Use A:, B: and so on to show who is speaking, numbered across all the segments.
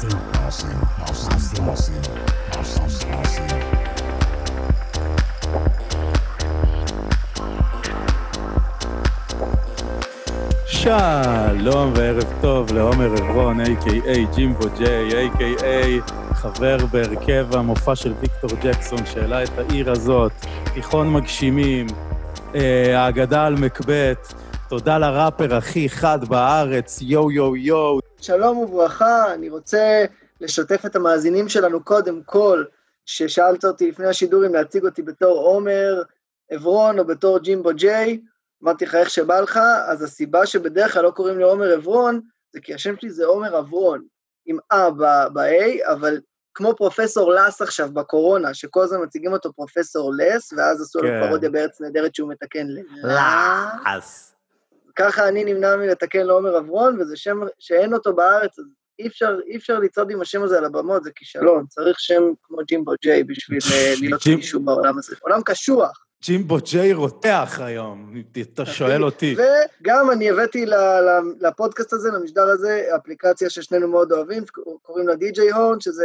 A: שלום וערב טוב לעומר עברון, a.k.a. ג'ימבו ג'יי, a.k.a. חבר בהרכב המופע של ויקטור ג'קסון שהעלה את העיר הזאת, תיכון מגשימים, האגדה על מקבט, תודה לראפר הכי חד בארץ, יו יו יו.
B: שלום וברכה, אני רוצה לשתף את המאזינים שלנו קודם כל, ששאלת אותי לפני השידור אם להציג אותי בתור עומר עברון או בתור ג'ימבו ג'יי, אמרתי לך איך שבא לך, אז הסיבה שבדרך כלל לא קוראים לי עומר עברון, זה כי השם שלי זה עומר עברון, עם ב-A, אבל כמו פרופסור לס עכשיו בקורונה, שכל הזמן מציגים אותו פרופסור לס, ואז עשו לו פרודיה בארץ נהדרת שהוא מתקן לס. ככה אני נמנע מלתקן לעומר עברון, וזה שם שאין אותו בארץ, אז אי אפשר לצעוד עם השם הזה על הבמות, זה כישלון, צריך שם כמו ג'ימבו ג'יי בשביל להיות מישהו בעולם הזה. עולם קשוח.
A: ג'ימבו ג'יי רותח היום, אתה שואל אותי.
B: וגם אני הבאתי לפודקאסט הזה, למשדר הזה, אפליקציה ששנינו מאוד אוהבים, קוראים לה די.ג'יי הורן, שזה...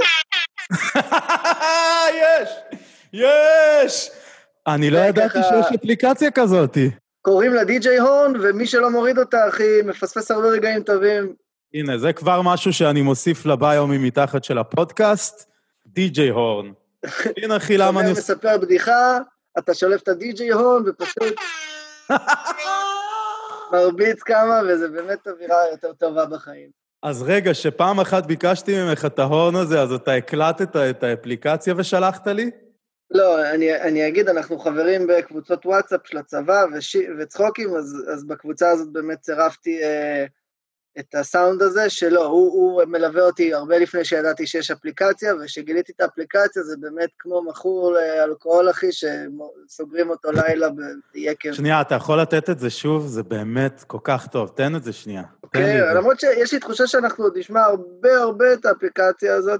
A: יש! אני לא ידעתי שיש אפליקציה כזאת.
B: קוראים לה די.ג'יי הורן, ומי שלא מוריד אותה, אחי, מפספס הרבה רגעים טובים.
A: הנה, זה כבר משהו שאני מוסיף לביו מתחת של הפודקאסט, די.ג'יי הורן. הנה, אחי, למה אני...
B: מספר בדיחה, אתה שולף את די.ג'יי הורן, ופשוט מרביץ כמה, וזה באמת אווירה יותר טובה בחיים.
A: אז רגע, שפעם אחת ביקשתי ממך את ההורן הזה, אז אתה הקלטת את האפליקציה ושלחת לי?
B: לא, אני אגיד, אנחנו חברים בקבוצות וואטסאפ של הצבא וצחוקים, אז בקבוצה הזאת באמת צירפתי את הסאונד הזה, שלא, הוא מלווה אותי הרבה לפני שידעתי שיש אפליקציה, ושגיליתי את האפליקציה, זה באמת כמו מכור לאלכוהול, אחי, שסוגרים אותו לילה ביקב.
A: שנייה, אתה יכול לתת את זה שוב? זה באמת כל כך טוב, תן את זה שנייה.
B: אוקיי, למרות שיש לי תחושה שאנחנו עוד נשמע הרבה את האפליקציה הזאת.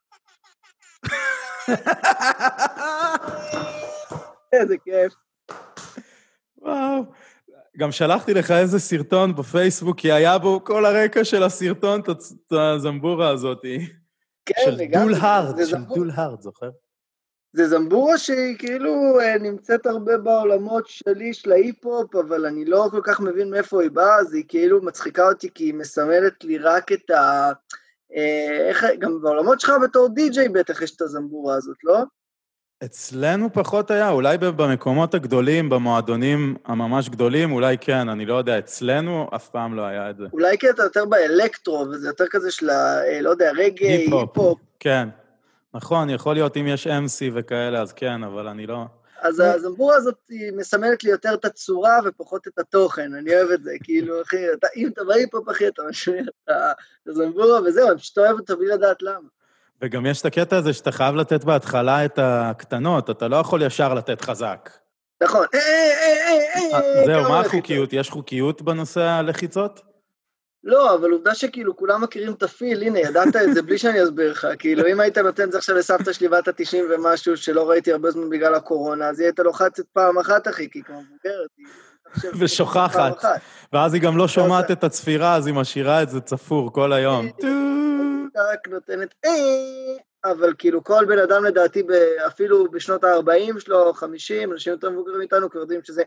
B: איזה כיף.
A: וואו. גם שלחתי לך איזה סרטון בפייסבוק, כי היה בו כל הרקע של הסרטון, את הזמבורה הזאת.
B: כן,
A: של דול הארד, זוכר?
B: זה זמבורה שהיא כאילו נמצאת הרבה בעולמות שלי, של ההיפ-הופ, אבל אני לא כל כך מבין מאיפה היא באה, אז היא כאילו מצחיקה אותי, כי היא מסמלת לי רק את ה... גם בעולמות שלך בתור די-ג'יי בטח יש את הזמבורה הזאת, לא?
A: אצלנו פחות היה, אולי במקומות הגדולים, במועדונים הממש גדולים, אולי כן, אני לא יודע, אצלנו אף פעם לא היה את זה.
B: אולי כי אתה יותר באלקטרו, וזה יותר כזה של, לא יודע, רגע, היפ-הופ.
A: כן, נכון, יכול להיות אם יש MC וכאלה, אז כן, אבל אני לא...
B: אז הזמבורה הזאת היא מסמלת לי יותר את הצורה ופחות את התוכן, אני אוהב את זה, כאילו, אחי, אם אתה בהיפ-הופ, אחי, אתה משמיע את הזמבורה, וזהו, אני פשוט אוהב אותו בלי לדעת למה.
A: וגם יש את הקטע הזה שאתה חייב לתת בהתחלה את הקטנות, אתה לא יכול ישר לתת חזק.
B: נכון.
A: זהו, מה החוקיות? יש חוקיות בנושא הלחיצות?
B: לא, אבל עובדה שכאילו כולם מכירים את הפיל, הנה, ידעת את זה בלי שאני אסביר לך, כאילו אם היית נותן זה עכשיו לסבתא שלי בת ה-90 ומשהו שלא ראיתי הרבה זמן בגלל הקורונה, אז היא הייתה לוחצת פעם אחת, אחי, כי כמו מבוגרת,
A: ושוכחת, ואז היא גם לא שומעת את הצפירה, אז היא משאירה את זה צפור כל היום.
B: רק נותנת, אבל כאילו כל בן אדם לדעתי, אפילו בשנות ה-40 שלו, 50, אנשים יותר מבוגרים איתנו, כבר יודעים שזה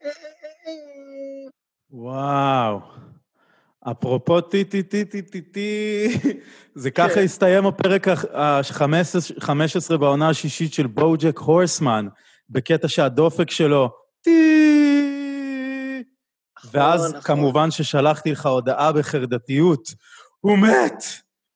A: וואו. אפרופו זה ככה הסתיים הפרק ה-15 בעונה השישית של בוג'ק הורסמן, בקטע שהדופק שלו ואז כמובן ששלחתי לך הודעה בחרדתיות, הוא מת!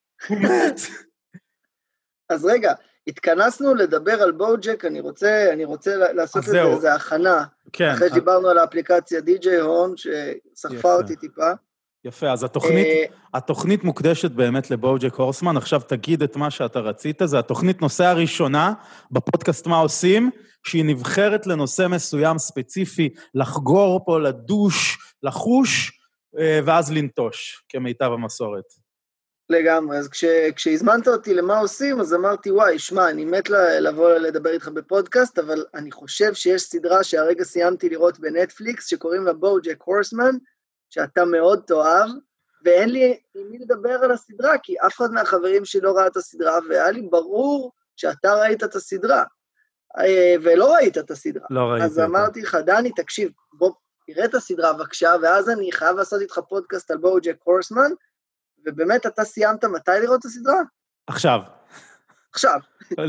B: אז רגע, התכנסנו לדבר על בוג'ק, אני רוצה לעשות איזה הכנה, אחרי שדיברנו על האפליקציה די.ג'יי הורן, שסחפה אותי טיפה.
A: יפה, אז התוכנית מוקדשת באמת לבוג'ק הורסמן, עכשיו תגיד את מה שאתה רצית, זה התוכנית נושא הראשונה בפודקאסט מה עושים, שהיא נבחרת לנושא מסוים ספציפי, לחגור פה, לדוש, לחוש, ואז לנטוש, כמיטב המסורת.
B: לגמרי, אז כשהזמנת אותי למה עושים, אז אמרתי, וואי, שמע, אני מת לבוא לדבר איתך בפודקאסט, אבל אני חושב שיש סדרה שהרגע סיימתי לראות בנטפליקס, שקוראים לה בוג'ק הורסמן, שאתה מאוד תאהב, ואין לי עם מי לדבר על הסדרה, כי אף אחד מהחברים שלי לא ראה את הסדרה, והיה לי ברור שאתה ראית את הסדרה, ולא ראית את הסדרה.
A: לא ראיתי
B: אז אמרתי לך, דני, תקשיב, בוא, תראה את הסדרה בבקשה, ואז אני חייב לעשות איתך פודקאסט על בוג'ק הורסמן, ובאמת אתה סיימת מתי לראות את הסדרה?
A: עכשיו.
B: עכשיו.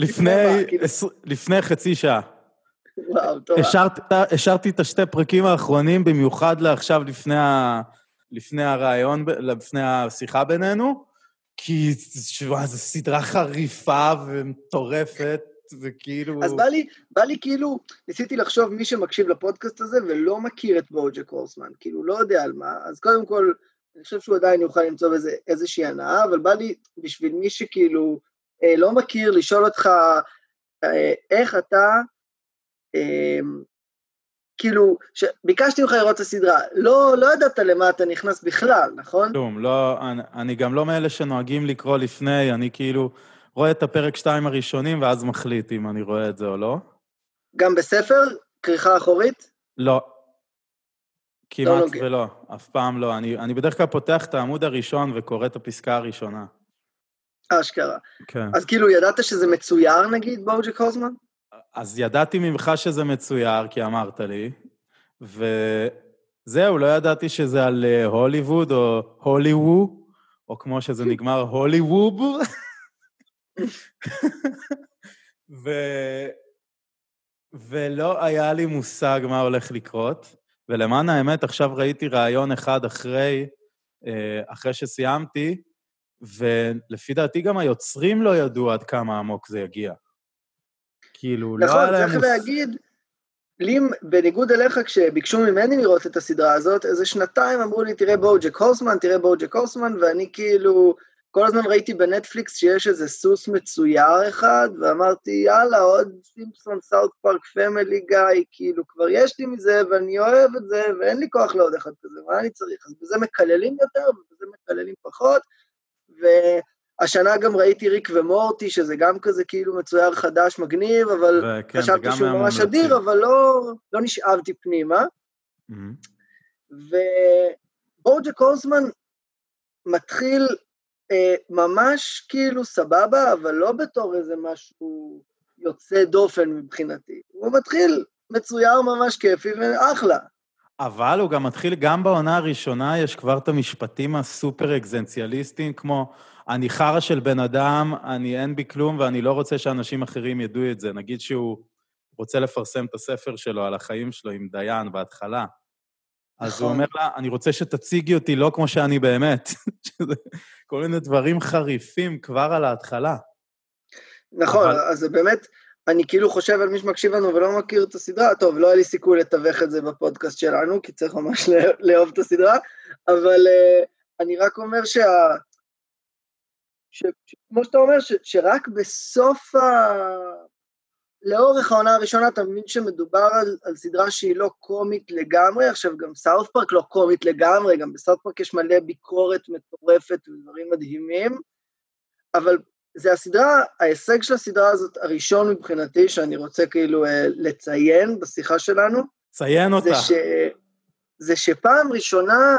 A: לפני חצי שעה.
B: וואו, טוב.
A: השארתי את השתי פרקים האחרונים, במיוחד לעכשיו לפני הרעיון, לפני השיחה בינינו, כי זו סדרה חריפה ומטורפת, וכאילו...
B: אז בא לי כאילו, ניסיתי לחשוב מי שמקשיב לפודקאסט הזה, ולא מכיר את בוג'ק הורסמן, כאילו לא יודע על מה, אז קודם כל, אני חושב שהוא עדיין יוכל למצוא איזושהי הנאה, אבל בא לי בשביל מי שכאילו לא מכיר, לשאול אותך איך אתה, כאילו, ביקשתי לך לראות את הסדרה, לא ידעת למה אתה נכנס בכלל, נכון?
A: כלום, לא, אני גם לא מאלה שנוהגים לקרוא לפני, אני כאילו רואה את הפרק 2 הראשונים, ואז מחליט אם אני רואה את זה או לא.
B: גם בספר, כריכה אחורית?
A: לא. כמעט ולא, אף פעם לא. אני בדרך כלל פותח את העמוד הראשון וקורא את הפסקה הראשונה.
B: אשכרה.
A: כן.
B: אז כאילו ידעת שזה מצויר נגיד, בוג'ק הורסמן?
A: אז ידעתי ממך שזה מצויר, כי אמרת לי, וזהו, לא ידעתי שזה על הוליווד או הוליוו, או כמו שזה נגמר, הוליווב. ולא היה לי מושג מה הולך לקרות, ולמען האמת, עכשיו ראיתי רעיון אחד אחרי שסיימתי, ולפי דעתי גם היוצרים לא ידעו עד כמה עמוק זה יגיע. כאילו, לא היה להם...
B: נכון, צריך להגיד, לי, בניגוד אליך, כשביקשו ממני לראות את הסדרה הזאת, איזה שנתיים אמרו לי, תראה בוג'ק הורסמן, ואני כאילו, כל הזמן ראיתי בנטפליקס שיש איזה סוס מצויר אחד, ואמרתי, יאללה, עוד סימפסון, סאות' פארק, פמילי גאי, כאילו, כבר יש לי מזה, ואני אוהב את זה, ואין לי כוח לעוד אחד כזה, מה אני צריך? אז בזה מקללים יותר, ובזה מקללים פחות, והשנה גם ראיתי ריק ומורטי, שזה גם כזה כאילו מצויר חדש, מגניב, אבל חשבתי שהוא ממש אדיר, אבל לא נשאבתי פנימה. ובוג'ק הורסמן מתחיל ממש כאילו סבבה, אבל לא בתור איזה משהו יוצא דופן מבחינתי. הוא מתחיל מצויר ממש כיפי ואחלה.
A: אבל הוא גם מתחיל, גם בעונה הראשונה, יש כבר את המשפטים הסופר אקזנציאליסטיים, כמו, אני חרא של בן אדם, אני אין בי כלום, ואני לא רוצה שאנשים אחרים ידעו את זה. נגיד שהוא רוצה לפרסם את הספר שלו על החיים שלו עם דיין בהתחלה. אז הוא אומר לה, אני רוצה שתציגי אותי לא כמו שאני באמת. כל מיני דברים חריפים כבר על ההתחלה.
B: נכון, אז זה באמת... אני כאילו חושב על מי שמקשיב לנו ולא מכיר את הסדרה, טוב, לא היה לי סיכוי לתווך את זה בפודקאסט שלנו, כי צריך ממש לאהוב את הסדרה, אבל אני רק אומר כמו שאתה אומר, שרק בסוף לאורך העונה הראשונה, אתה מבין שמדובר על סדרה שהיא לא קומית לגמרי, עכשיו גם סאות' פארק לא קומית לגמרי, גם בסאות' פארק יש מלא ביקורת מטורפת ודברים מדהימים, אבל זה הסדרה, ההישג של הסדרה הזאת, הראשון מבחינתי, שאני רוצה כאילו לציין בשיחה שלנו.
A: ציין אותה.
B: זה שפעם ראשונה,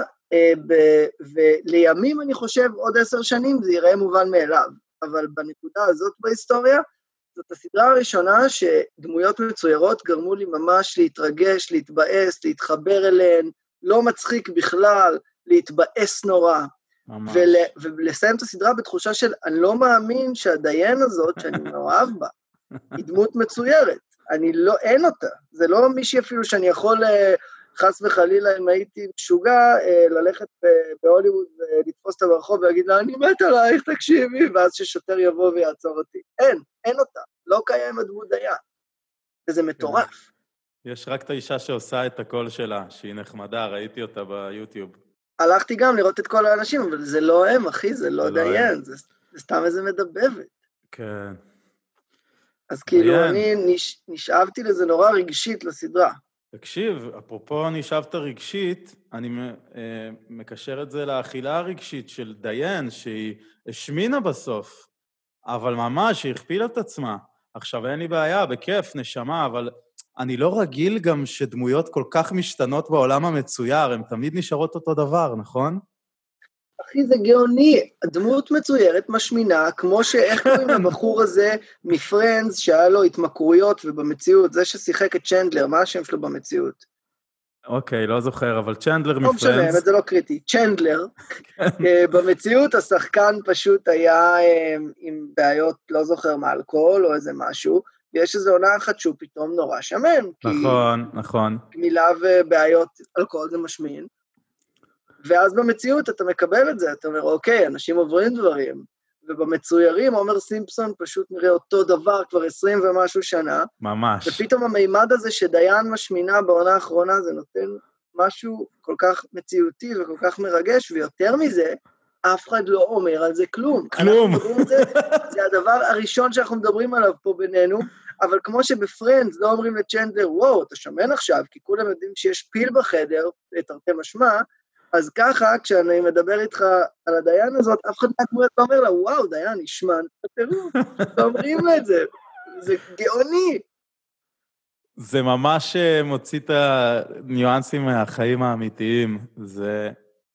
B: ולימים אני חושב עוד 10 שנים, זה ייראה מובן מאליו, אבל בנקודה הזאת בהיסטוריה, זאת הסדרה הראשונה שדמויות מצוירות גרמו לי ממש להתרגש, להתבאס, להתחבר אליהן, לא מצחיק בכלל, להתבאס נורא. ולסיים את הסדרה בתחושה של, אני לא מאמין שהדיין הזאת, שאני מאוהב בה, היא דמות מצוירת, אין אותה, זה לא מישהי אפילו שאני יכול, חס וחלילה, אם הייתי משוגע, ללכת בהוליווד ולתפוס אותה ברחוב ולהגיד לה, אני מת עלייך, תקשיבי, ואז ששוטר יבוא ויעצור אותי. אין אותה, לא קיים הדמות דיין, וזה מטורף.
A: יש רק את האישה שעושה את הקול שלה, שהיא נחמדה, ראיתי אותה ביוטיוב.
B: הלכתי גם לראות את כל האנשים, אבל זה לא הם, אחי, זה לא דיין, זה סתם איזה מדבבת.
A: כן.
B: אז כאילו, אני נשאבתי לזה נורא רגשית לסדרה.
A: תקשיב, אפרופו נשאבת רגשית, אני מקשר את זה לאכילה הרגשית של דיין, שהיא השמינה בסוף, אבל ממש, היא הכפילה את עצמה. עכשיו, אין לי בעיה, בכיף, נשמה, אבל... אני לא רגיל גם שדמויות כל כך משתנות בעולם המצויר, הן תמיד נשארות אותו דבר, נכון?
B: אחי, זה גאוני, הדמות מצוירת, משמינה, כמו שאיך קוראים לבחור הזה מפרנדס, שהיה לו התמכרויות, ובמציאות, זה ששיחק את צ'נדלר, מה השם שלו במציאות?
A: אוקיי, לא זוכר, אבל צ'נדלר
B: לא משנה,
A: מפרנדס.
B: זה לא קריטי, צ'נדלר, במציאות השחקן פשוט היה עם בעיות, לא זוכר מה, אלכוהול או איזה משהו, ויש איזו עונה אחת שהוא פתאום נורא שמן,
A: נכון, נכון.
B: גמילה ובעיות אלכוהול זה משמין, ואז במציאות אתה מקבל את זה, אתה אומר, אוקיי, אנשים עוברים דברים, ובמצוירים, עומר סימפסון פשוט נראה אותו דבר כבר 20 ומשהו שנה,
A: ממש.
B: ופתאום המימד הזה שדיין משמינה בעונה האחרונה, זה נותן משהו כל כך מציאותי וכל כך מרגש, ויותר מזה, אף אחד לא אומר על זה כלום.
A: כלום.
B: זה הדבר הראשון שאנחנו מדברים עליו פה בינינו, אבל כמו שבפרנדס לא אומרים לצ'נדלר, וואו, אתה שמן עכשיו, כי כולם יודעים שיש פיל בחדר, תרתי משמע, אז ככה, כשאני מדבר איתך על הדיין הזאת, אף אחד לא אומר לה, וואו, דיין, נשמן, תראו, לא אומרים את זה, זה גאוני.
A: זה ממש מוציא את הניואנסים מהחיים האמיתיים, זה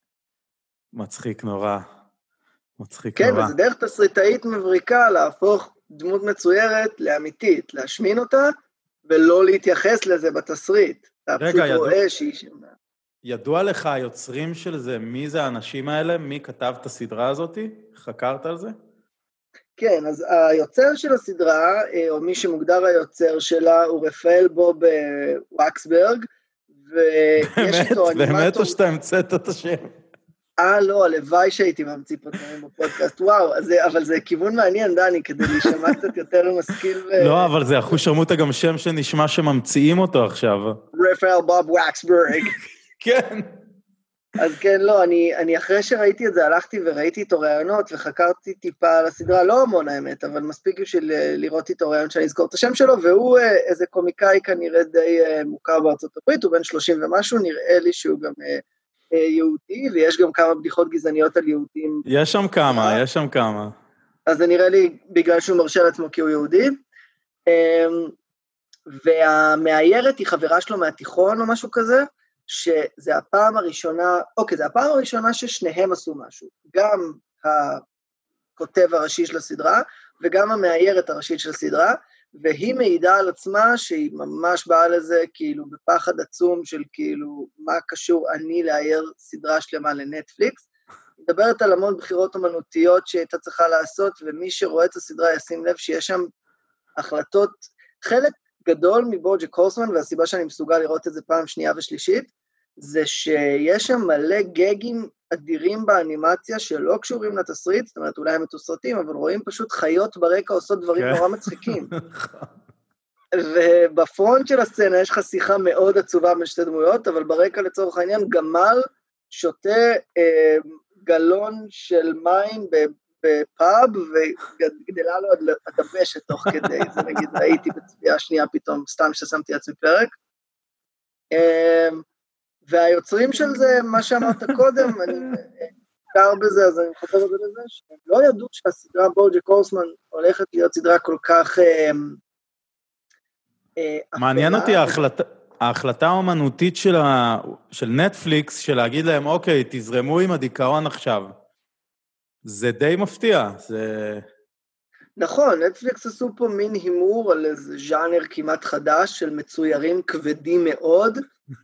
A: מצחיק נורא, מצחיק נורא.
B: כן, וזה דרך תסריטאית מבריקה להפוך דמות מצוירת לאמיתית, להשמין אותה, ולא להתייחס לזה בתסריט.
A: רגע, ידוע לך היוצרים של זה, מי זה האנשים האלה? מי כתב את הסדרה הזאת? חקרת על זה?
B: כן, אז היוצר של הסדרה, או מי שמוגדר היוצר שלה, הוא רפאל בוב וקסברג, ויש איתו אנימטור...
A: באמת או שאתה המצאת את השם?
B: לא, הלוואי שהייתי ממציא פה דברים בפודקאסט, וואו, אבל זה כיוון מעניין, דני, כדי להישמע קצת יותר משכיל
A: לא, אבל זה אחוז שרמוטה גם שם שנשמע שממציאים אותו עכשיו.
B: רפאל בוב וקסברג.
A: כן.
B: אז כן, לא, אני אחרי שראיתי את זה, הלכתי וראיתי איתו רעיונות, וחקרתי טיפה על הסדרה, לא המון האמת, אבל מספיק בשביל לראות איתו רעיון שאני אזכור את השם שלו, והוא איזה קומיקאי כנראה די מוכר בארצות הברית, הוא בן 30 ומשהו, נראה לי שהוא גם יהודי, ויש גם כמה בדיחות גזעניות על יהודים.
A: יש שם כמה.
B: אז זה נראה לי בגלל שהוא מרשה לעצמו כי הוא יהודי, והמאיירת היא חברה שלו מהתיכון או משהו כזה, שזה הפעם הראשונה, זה הפעם הראשונה ששניהם עשו משהו, גם הכותב הראשי של הסדרה, וגם המאיירת הראשית של הסדרה, והיא מעידה על עצמה שהיא ממש באה לזה כאילו בפחד עצום של כאילו מה קשור אני לאייר סדרה שלמה לנטפליקס, מדברת על המון בחירות אמנותיות שהייתה צריכה לעשות, ומי שרואה את הסדרה ישים לב שיש שם החלטות, חלק גדול מבוג'ק הורסמן, והסיבה שאני מסוגל לראות את זה פעם שנייה ושלישית, זה שיש שם מלא גגים אדירים באנימציה שלא קשורים לתסריט, זאת אומרת אולי הם מתוסרטים, אבל רואים פשוט חיות ברקע עושות דברים נורא מצחיקים. ובפרונט של הסצנה יש לך שיחה מאוד עצובה בין שתי דמויות, אבל ברקע לצורך העניין גמל שותה גלון של מים בפאב, וגדלה לו הדבשת תוך כדי, זה נגיד ראיתי בצביעה שנייה פתאום, סתם ששמתי עצמי פרק. והיוצרים של זה, מה שאמרת קודם, אני קר בזה, אז אני חוזר את זה לזה, שהם לא ידעו שהסדרה בוג'ק הורסמן הולכת להיות סדרה כל כך...
A: מעניין אותי ההחלטה האמנותית של נטפליקס, של להגיד להם, אוקיי, תזרמו עם הדיכאון עכשיו. זה די מפתיע, זה...
B: נכון, נטפליקס עשו פה מין הימור על איזה ז'אנר כמעט חדש, של מצוירים כבדים מאוד.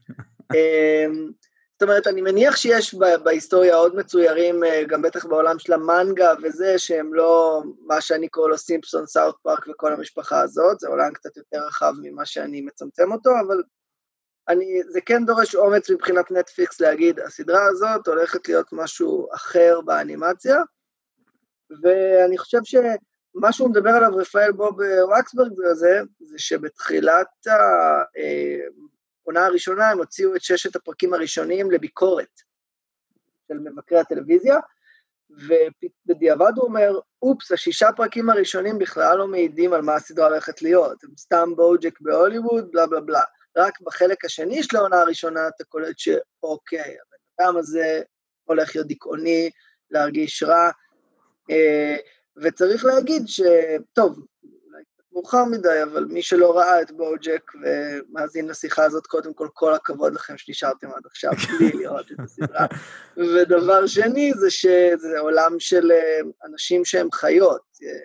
B: זאת אומרת, אני מניח שיש בהיסטוריה עוד מצוירים, גם בטח בעולם של המנגה וזה, שהם לא מה שאני קורא לו סימפסון, סאות' פארק וכל המשפחה הזאת, זה עולם קצת יותר רחב ממה שאני מצמצם אותו, אבל זה כן דורש אומץ מבחינת נטפליקס להגיד, הסדרה הזאת הולכת להיות משהו אחר באנימציה, ואני חושב שמה שהוא מדבר עליו רפאל בוב וקסברג זה שבתחילת העונה הראשונה הם הוציאו את 6 הפרקים הראשונים לביקורת של מבקרי הטלוויזיה, ובדיעבד הוא אומר, אופס, 6 הפרקים הראשונים בכלל לא מעידים על מה הסדרה הולכת להיות, הם סתם בוג'ק בהוליווד, בלה בלה בלה. רק בחלק השני של העונה הראשונה אתה קולט שאוקיי, הבן אדם הזה הולך להיות דיכאוני, להרגיש רע, וצריך להגיד שטוב, אולי קצת מאוחר מדי, אבל מי שלא ראה את בוג'ק ומאזין לשיחה הזאת, קודם כל הכבוד לכם שנשארתם עד עכשיו בלי לראות את הסדרה. ודבר שני זה שזה עולם של אנשים שהם חיות,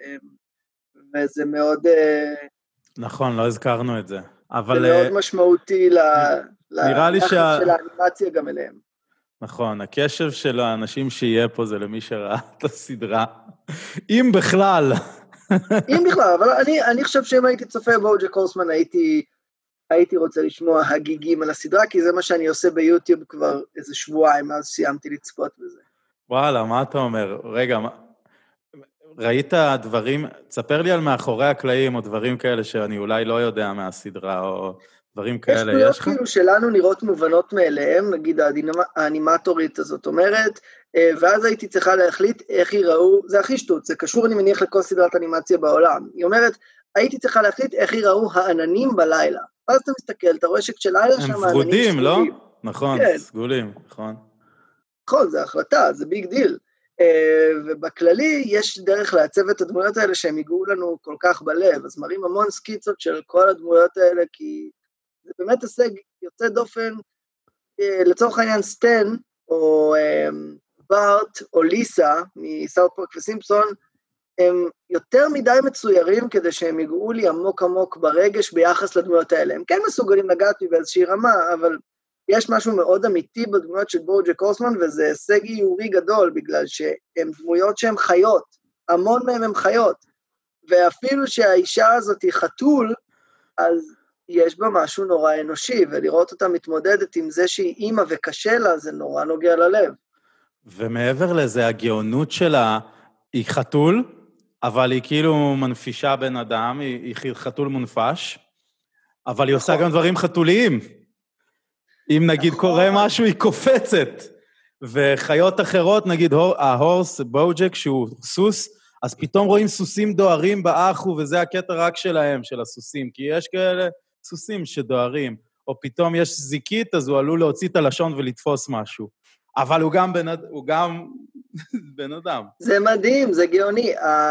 B: וזה מאוד...
A: נכון, לא הזכרנו את זה.
B: זה מאוד משמעותי ליחס של האנימציה גם אליהם.
A: נכון, הקשב של האנשים שיהיה פה זה למי שראה את הסדרה, אם בכלל.
B: אם בכלל, אבל אני חושב שאם הייתי צופה בוג'ק הורסמן, הייתי רוצה לשמוע הגיגים על הסדרה, כי זה מה שאני עושה ביוטיוב כבר איזה שבועיים, אז סיימתי לצפות בזה.
A: וואלה, מה אתה אומר? רגע, ראית דברים, תספר לי על מאחורי הקלעים, או דברים כאלה שאני אולי לא יודע מהסדרה, או דברים כאלה, יש לך?
B: יש כאילו שלנו נראות מובנות מאליהם, נגיד האנימטורית הזאת אומרת, ואז הייתי צריכה להחליט איך ייראו, זה הכי שטות, זה קשור אני מניח לכל סדרת אנימציה בעולם, היא אומרת, הייתי צריכה להחליט איך ייראו העננים בלילה, ואז אתה מסתכל, אתה רואה שכשלילה שם
A: הם ורודים, לא? נכון,
B: כן.
A: סגולים, נכון.
B: נכון, זה החלטה, זה ביג דיל, ובכללי יש דרך לעצב את הדמויות האלה שהם יגעו לנו כל כך בלב, אז מראים המון סקיצות של כל הדמויות האלה, כי זה באמת הישג יוצא דופן, לצורך העניין סטן, או בארט, או ליסה, מסאות' פארק וסימפסון, הם יותר מדי מצוירים כדי שהם יגעו לי עמוק עמוק ברגש ביחס לדמויות האלה. הם כן מסוגלים לגעת לי באיזושהי רמה, אבל יש משהו מאוד אמיתי בדמויות של בוג'ק הורסמן, וזה הישג איורי גדול, בגלל שהם דמויות שהן חיות, המון מהם הם חיות, ואפילו שהאישה הזאת היא חתול, אז יש בה משהו נורא אנושי, ולראות אותה מתמודדת עם זה שהיא אימא וקשה לה, זה נורא נוגע ללב.
A: ומעבר לזה, הגאונות שלה היא חתול, אבל היא כאילו מנפישה בן אדם, היא חתול מונפש, אבל היא עושה גם דברים חתוליים. אם נגיד קורה משהו, היא קופצת. וחיות אחרות, נגיד ההורס, בוג'ק, שהוא סוס, אז פתאום רואים סוסים דוהרים באחו, וזה הקטע רק שלהם, של הסוסים, כי יש כאלה סוסים שדוהרים, או פתאום יש זיקית, אז הוא עלול להוציא את הלשון ולתפוס משהו. אבל הוא גם בן אדם.
B: זה מדהים, זה גאוני.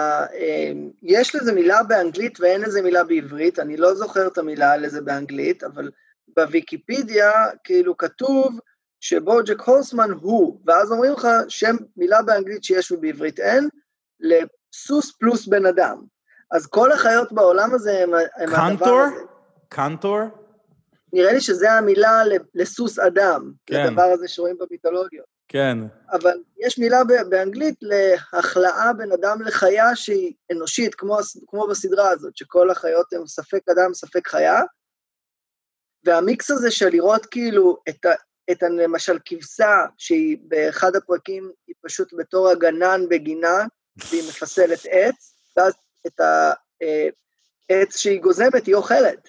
B: יש לזה מילה באנגלית ואין לזה מילה בעברית, אני לא זוכר את המילה לזה באנגלית, אבל בוויקיפדיה כאילו כתוב שבוג'ק הורסמן הוא, ואז אומרים לך שם מילה באנגלית שיש ובעברית אין, לסוס פלוס בן אדם. אז כל החיות בעולם הזה הם הדבר הזה.
A: קנטור?
B: נראה לי שזה המילה לסוס אדם,
A: כן.
B: לדבר הזה שרואים במיתולוגיות.
A: כן.
B: אבל יש מילה באנגלית להחלאה בן אדם לחיה שהיא אנושית, כמו בסדרה הזאת, שכל החיות הן ספק אדם, ספק חיה, והמיקס הזה של לראות כאילו את למשל כבשה, שהיא באחד הפרקים, היא פשוט בתור הגנן בגינה, והיא מפסלת עץ, ואז את העץ שהיא גוזמת היא אוכלת.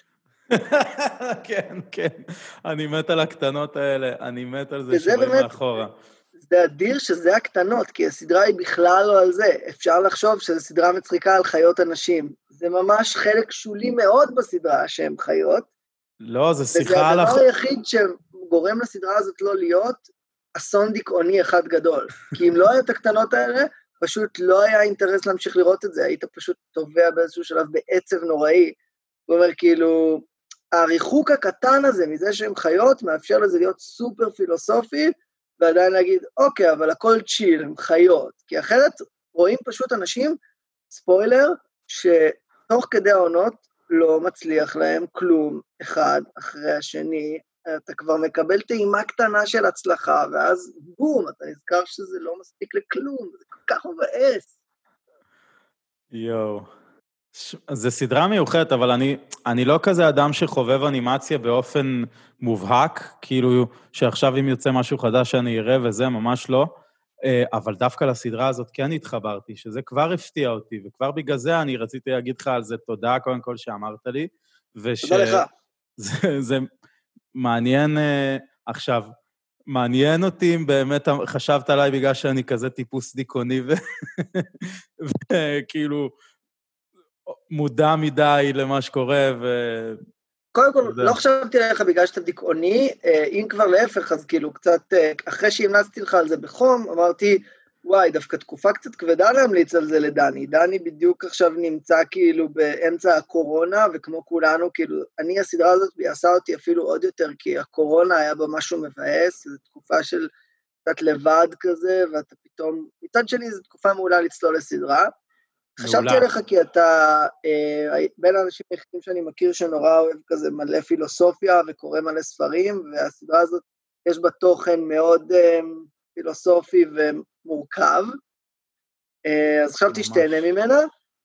A: כן, כן. אני מת על הקטנות האלה, אני מת על זה שרואים מאחורה.
B: זה אדיר שזה הקטנות, כי הסדרה היא בכלל לא על זה. אפשר לחשוב שזו סדרה מצחיקה על חיות אנשים. זה ממש חלק שולי מאוד בסדרה שהן חיות.
A: לא, זה שיחה על...
B: וזה הדבר היחיד שגורם לסדרה הזאת לא להיות אסון דיכאוני אחד גדול. כי אם לא היו את הקטנות האלה, פשוט לא היה אינטרס להמשיך לראות את זה. היית פשוט טובע באיזשהו שלב בעצב נוראי. הוא אומר כאילו, הריחוק הקטן הזה מזה שהן חיות, מאפשר לזה להיות סופר פילוסופי, ועדיין להגיד, אוקיי, אבל הכל צ'יל, הם חיות. כי אחרת רואים פשוט אנשים, ספוילר, שתוך כדי העונות לא מצליח להם כלום אחד אחרי השני, אתה כבר מקבל טעימה קטנה של הצלחה, ואז בום, אתה נזכר שזה לא מספיק לכלום, זה כל כך מבאס.
A: יואו. זה סדרה מיוחדת, אבל אני לא כזה אדם שחובב אנימציה באופן מובהק, כאילו שעכשיו אם יוצא משהו חדש שאני אראה וזה, ממש לא, אבל דווקא לסדרה הזאת כן התחברתי, שזה כבר הפתיע אותי, וכבר בגלל זה אני רציתי להגיד לך על זה תודה, קודם כל שאמרת לי,
B: תודה לך.
A: זה מעניין, עכשיו, מעניין אותי אם באמת חשבת עליי בגלל שאני כזה טיפוס דיכאוני, וכאילו... מודע מדי למה שקורה,
B: קודם כל, לא חשבתי עליך בגלל שאתה דיכאוני, אם כבר להפך, אז כאילו קצת, אחרי שהמלצתי לך על זה בחום, אמרתי, וואי, דווקא תקופה קצת כבדה להמליץ על זה לדני. דני בדיוק עכשיו נמצא כאילו באמצע הקורונה, וכמו כולנו, כאילו, הסדרה הזאת עשה אותי אפילו עוד יותר, כי הקורונה היה בה משהו מבאס, זו תקופה של קצת לבד כזה, ואתה פתאום, מצד שני זו תקופה מעולה לצלול לסדרה. חשבתי עליך כי אתה בין האנשים היחידים שאני מכיר שנורא אוהב כזה מלא פילוסופיה וקורא מלא ספרים, והסדרה הזאת יש בה תוכן מאוד פילוסופי ומורכב, אז חשבתי שתהנה ממנה.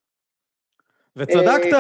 A: וצדקת.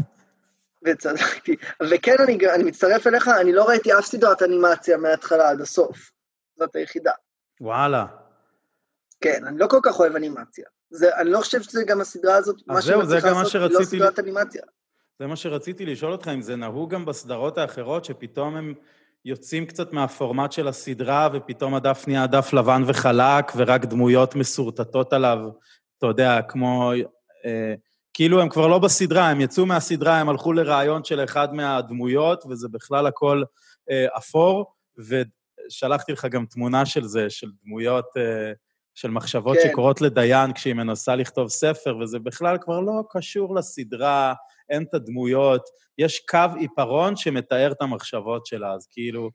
B: וצדקתי. וכן, אני מצטרף אליך, אני לא ראיתי אף סדרת אנימציה מההתחלה עד הסוף. זאת היחידה.
A: וואלה.
B: כן, אני לא כל כך אוהב אנימציה. אני לא חושב שזה גם הסדרה הזאת, מה שמצליחה לעשות היא לא סדרת אנימציה.
A: זה מה שרציתי לשאול אותך, אם זה נהוג גם בסדרות האחרות, שפתאום הם יוצאים קצת מהפורמט של הסדרה, ופתאום הדף נהיה דף לבן וחלק, ורק דמויות מסורטטות עליו, אתה יודע, כמו, כאילו הם כבר לא בסדרה, הם יצאו מהסדרה, הם הלכו לרעיון של אחד מהדמויות, וזה בכלל הכל אפור, ושלחתי לך גם תמונה של זה, של דמויות, של מחשבות כן. שקורות לדיין כשהיא מנסה לכתוב ספר, וזה בכלל כבר לא קשור לסדרה, אין את הדמויות, יש קו עיפרון שמתאר את המחשבות שלה, אז כאילו,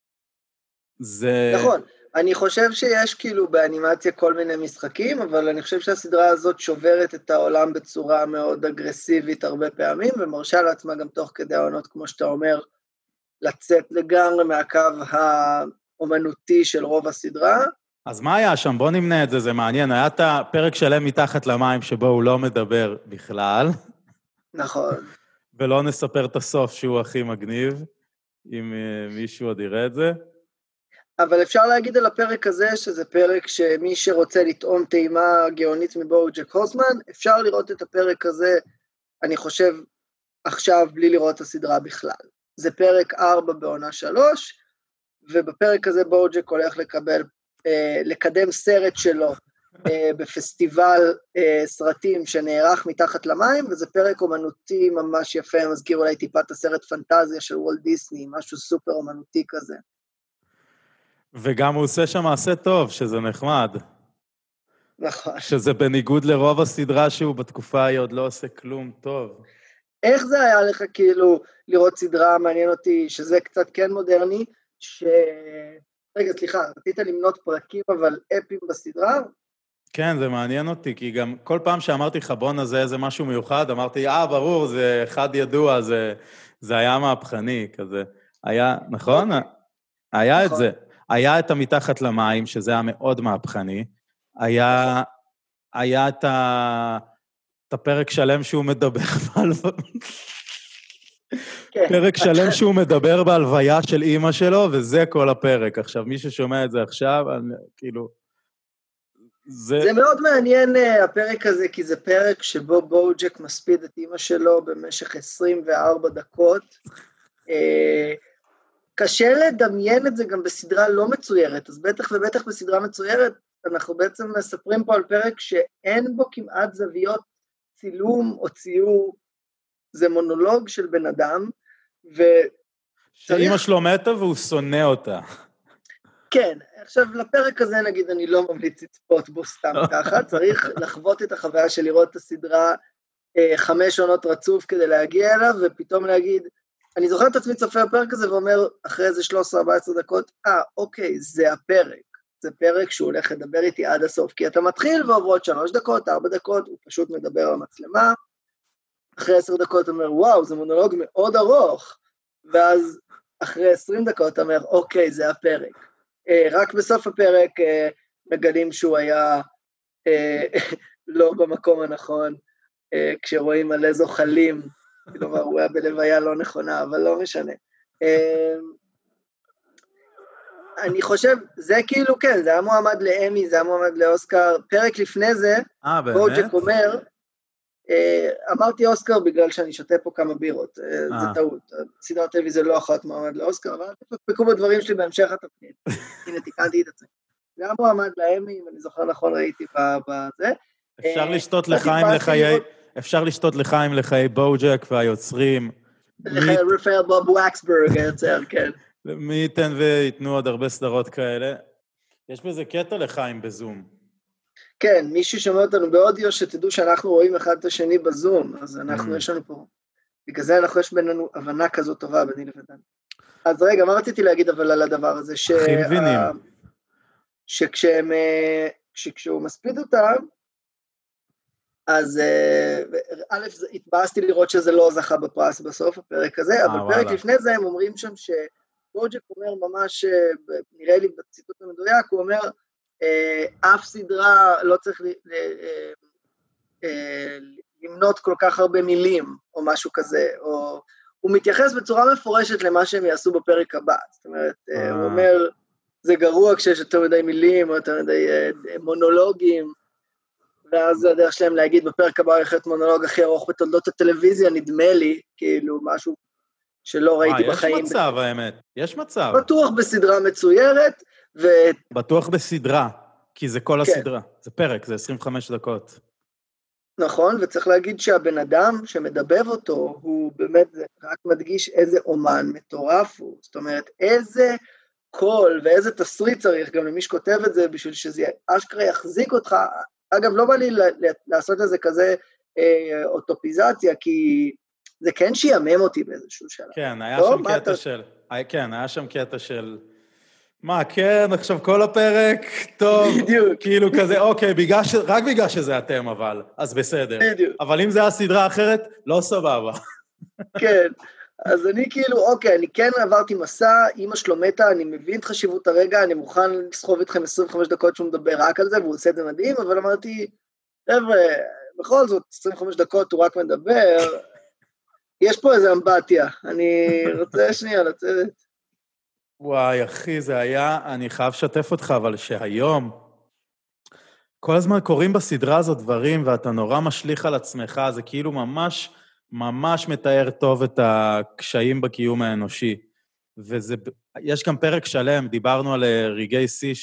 A: זה...
B: נכון, אני חושב שיש כאילו באנימציה כל מיני משחקים, אבל אני חושב שהסדרה הזאת שוברת את העולם בצורה מאוד אגרסיבית הרבה פעמים, ומרשה לעצמה גם תוך כדי העונות, כמו שאתה אומר, לצאת לגמרי מהקו האומנותי של רוב הסדרה.
A: אז מה היה שם? בוא נמנה את זה, זה מעניין. היה את הפרק שלם מתחת למים שבו הוא לא מדבר בכלל.
B: נכון.
A: ולא נספר את הסוף שהוא הכי מגניב, אם מישהו עוד יראה את זה.
B: אבל אפשר להגיד על הפרק הזה, שזה פרק שמי שרוצה לטעום טעימה גאונית מבוג'ק הורסמן, אפשר לראות את הפרק הזה, אני חושב, עכשיו בלי לראות את הסדרה בכלל. זה פרק 4 בעונה 3, ובפרק הזה בוג'ק הולך לקדם סרט שלו, בפסטיבל סרטים שנערך מתחת למים, וזה פרק אומנותי ממש יפה, מזכיר אולי טיפת הסרט פנטזיה של וולט דיסני, משהו סופר אומנותי כזה.
A: וגם הוא עושה שם מעשה טוב, שזה נחמד.
B: נכון.
A: שזה בניגוד לרוב הסדרה שהוא בתקופה היא עוד לא עושה כלום טוב.
B: איך זה היה לך כאילו לראות סדרה, מעניין אותי, שזה קצת כן מודרני, רגע, סליחה, רצית למנות פרקים, אבל אפים בסדרה?
A: כן, זה מעניין אותי, כי גם כל פעם שאמרתי לך, בוא נזה איזה משהו מיוחד, אמרתי, ברור, זה אחד ידוע, זה היה מהפכני, כזה. היה, נכון? היה את זה. היה את המתחת למים, שזה היה מאוד מהפכני. היה את הפרק שלם שהוא מדבר פרק שלם שהוא מדבר בהלוויה של אמא שלו, וזה כל הפרק. עכשיו, מי ששומע את זה עכשיו, כאילו...
B: זה מאוד מעניין הפרק הזה, כי זה פרק שבו בוג'ק מספיד את אמא שלו במשך 24 דקות. קשה לדמיין את זה גם בסדרה לא מצוירת, אז בטח ובטח בסדרה מצוירת, אנחנו בעצם מספרים פה על פרק שאין בו כמעט זוויות צילום או ציור, זה מונולוג של בן אדם,
A: שאמא שלו מתה והוא שונא אותה.
B: כן, עכשיו לפרק הזה נגיד אני לא ממליץ לצפות בו סתם ככה, צריך לחוות את החוויה של לראות את הסדרה 5 עונות רצוף כדי להגיע אליו, ופתאום להגיד, אני זוכר את עצמי צופה הפרק הזה ואומר אחרי איזה 13-14 דקות, אוקיי, זה הפרק, זה פרק שהוא הולך לדבר איתי עד הסוף, כי אתה מתחיל ועוברות 3 דקות, 4 דקות, הוא פשוט מדבר על המצלמה, אחרי 10 דקות אתה אומר, וואו, זה מונולוג מאוד ארוך, ואז אחרי 20 דקות אתה אומר, אוקיי, זה הפרק. רק בסוף הפרק מגלים שהוא היה לא במקום הנכון, כשרואים מלא זוחלים, כלומר, הוא היה בלוויה לא נכונה, אבל לא משנה. אני חושב, זה כאילו, כן, זה היה מועמד לאמי, זה היה מועמד לאוסקר, פרק לפני זה, בוג'ק אומר, אמרתי אוסקר בגלל שאני שותה פה כמה בירות, זה טעות, סדרת טלוויזיה זה לא אחת מועמד לאוסקר, אבל תפקו בדברים שלי בהמשך התפקיד, הנה תיקנתי את עצמי. זה היה מועמד לאמי, אם אני זוכר נכון ראיתי בזה.
A: אפשר לשתות לחיים לחיי בוג'ק והיוצרים.
B: רפאל בוב וקסברג היוצר, כן.
A: מי ייתן ויתנו עוד הרבה סדרות כאלה. יש בזה קטע לחיים בזום.
B: כן, מי ששומע אותנו באודיו, שתדעו שאנחנו רואים אחד את השני בזום, אז אנחנו, יש לנו פה, בגלל זה יש בינינו הבנה כזו טובה ביני לבין דני. אז רגע, מה רציתי להגיד אבל על הדבר הזה?
A: הכי מבינים.
B: שכשהוא מספיד אותם, אז א', התבאסתי לראות שזה לא זכה בפרס בסוף, הפרק הזה, אבל פרק לפני זה הם אומרים שם שבוג'ק אומר ממש, נראה לי בציטוט המדויק, הוא אומר, אף סדרה לא צריך למנות כל כך הרבה מילים, או משהו כזה, או הוא מתייחס בצורה מפורשת למה שהם יעשו בפרק הבא, זאת אומרת, הוא אומר, זה גרוע כשיש יותר מדי מילים, או יותר מדי מונולוגים, ואז זה הדרך שלהם להגיד, בפרק הבא הולך להיות מונולוג הכי ארוך בתולדות הטלוויזיה, נדמה לי, כאילו משהו שלא ראיתי בחיים.
A: יש מצב, האמת, יש מצב.
B: בטוח בסדרה מצוירת,
A: בטוח בסדרה, כי זה כל הסדרה, זה פרק, זה 25 דקות.
B: נכון, וצריך להגיד שהבן אדם שמדבב אותו, הוא באמת רק מדגיש איזה אומן מטורף הוא, זאת אומרת, איזה קול ואיזה תסריט צריך גם למי שכותב את זה, בשביל שזה אשכרה יחזיק אותך, אגב, לא בא לי לעשות לזה כזה אוטופיזציה, כי זה כן שיאמם אותי באיזשהו שלב.
A: כן, היה שם קטע של, כן, היה שם קטע של, מה, כן, עכשיו כל הפרק, טוב, כאילו כזה, אוקיי, רק בגלל שזה אתם, אבל, אז בסדר.
B: בדיוק.
A: אבל אם זה הסדרה אחרת, לא סבבה.
B: כן, אז אני כאילו, אוקיי, אני כן עברתי מסע, אמא שלו מתה, אני מבין את חשיבות הרגע, אני מוכן לסחוב איתכם 25 דקות שהוא מדבר רק על זה, והוא עושה את זה מדהים, אבל אמרתי, חבר'ה, בכל זאת, 25 דקות הוא רק מדבר, יש פה איזו אמבטיה, אני רוצה שנייה לצאת.
A: וואי, אחי, זה היה, אני חייב לשתף אותך, אבל שהיום, כל הזמן קוראים בסדרה הזאת דברים, ואתה נורא משליך על עצמך, זה כאילו ממש, ממש מתאר טוב את הקשיים בקיום האנושי. יש גם פרק שלם, דיברנו על רגעי שיא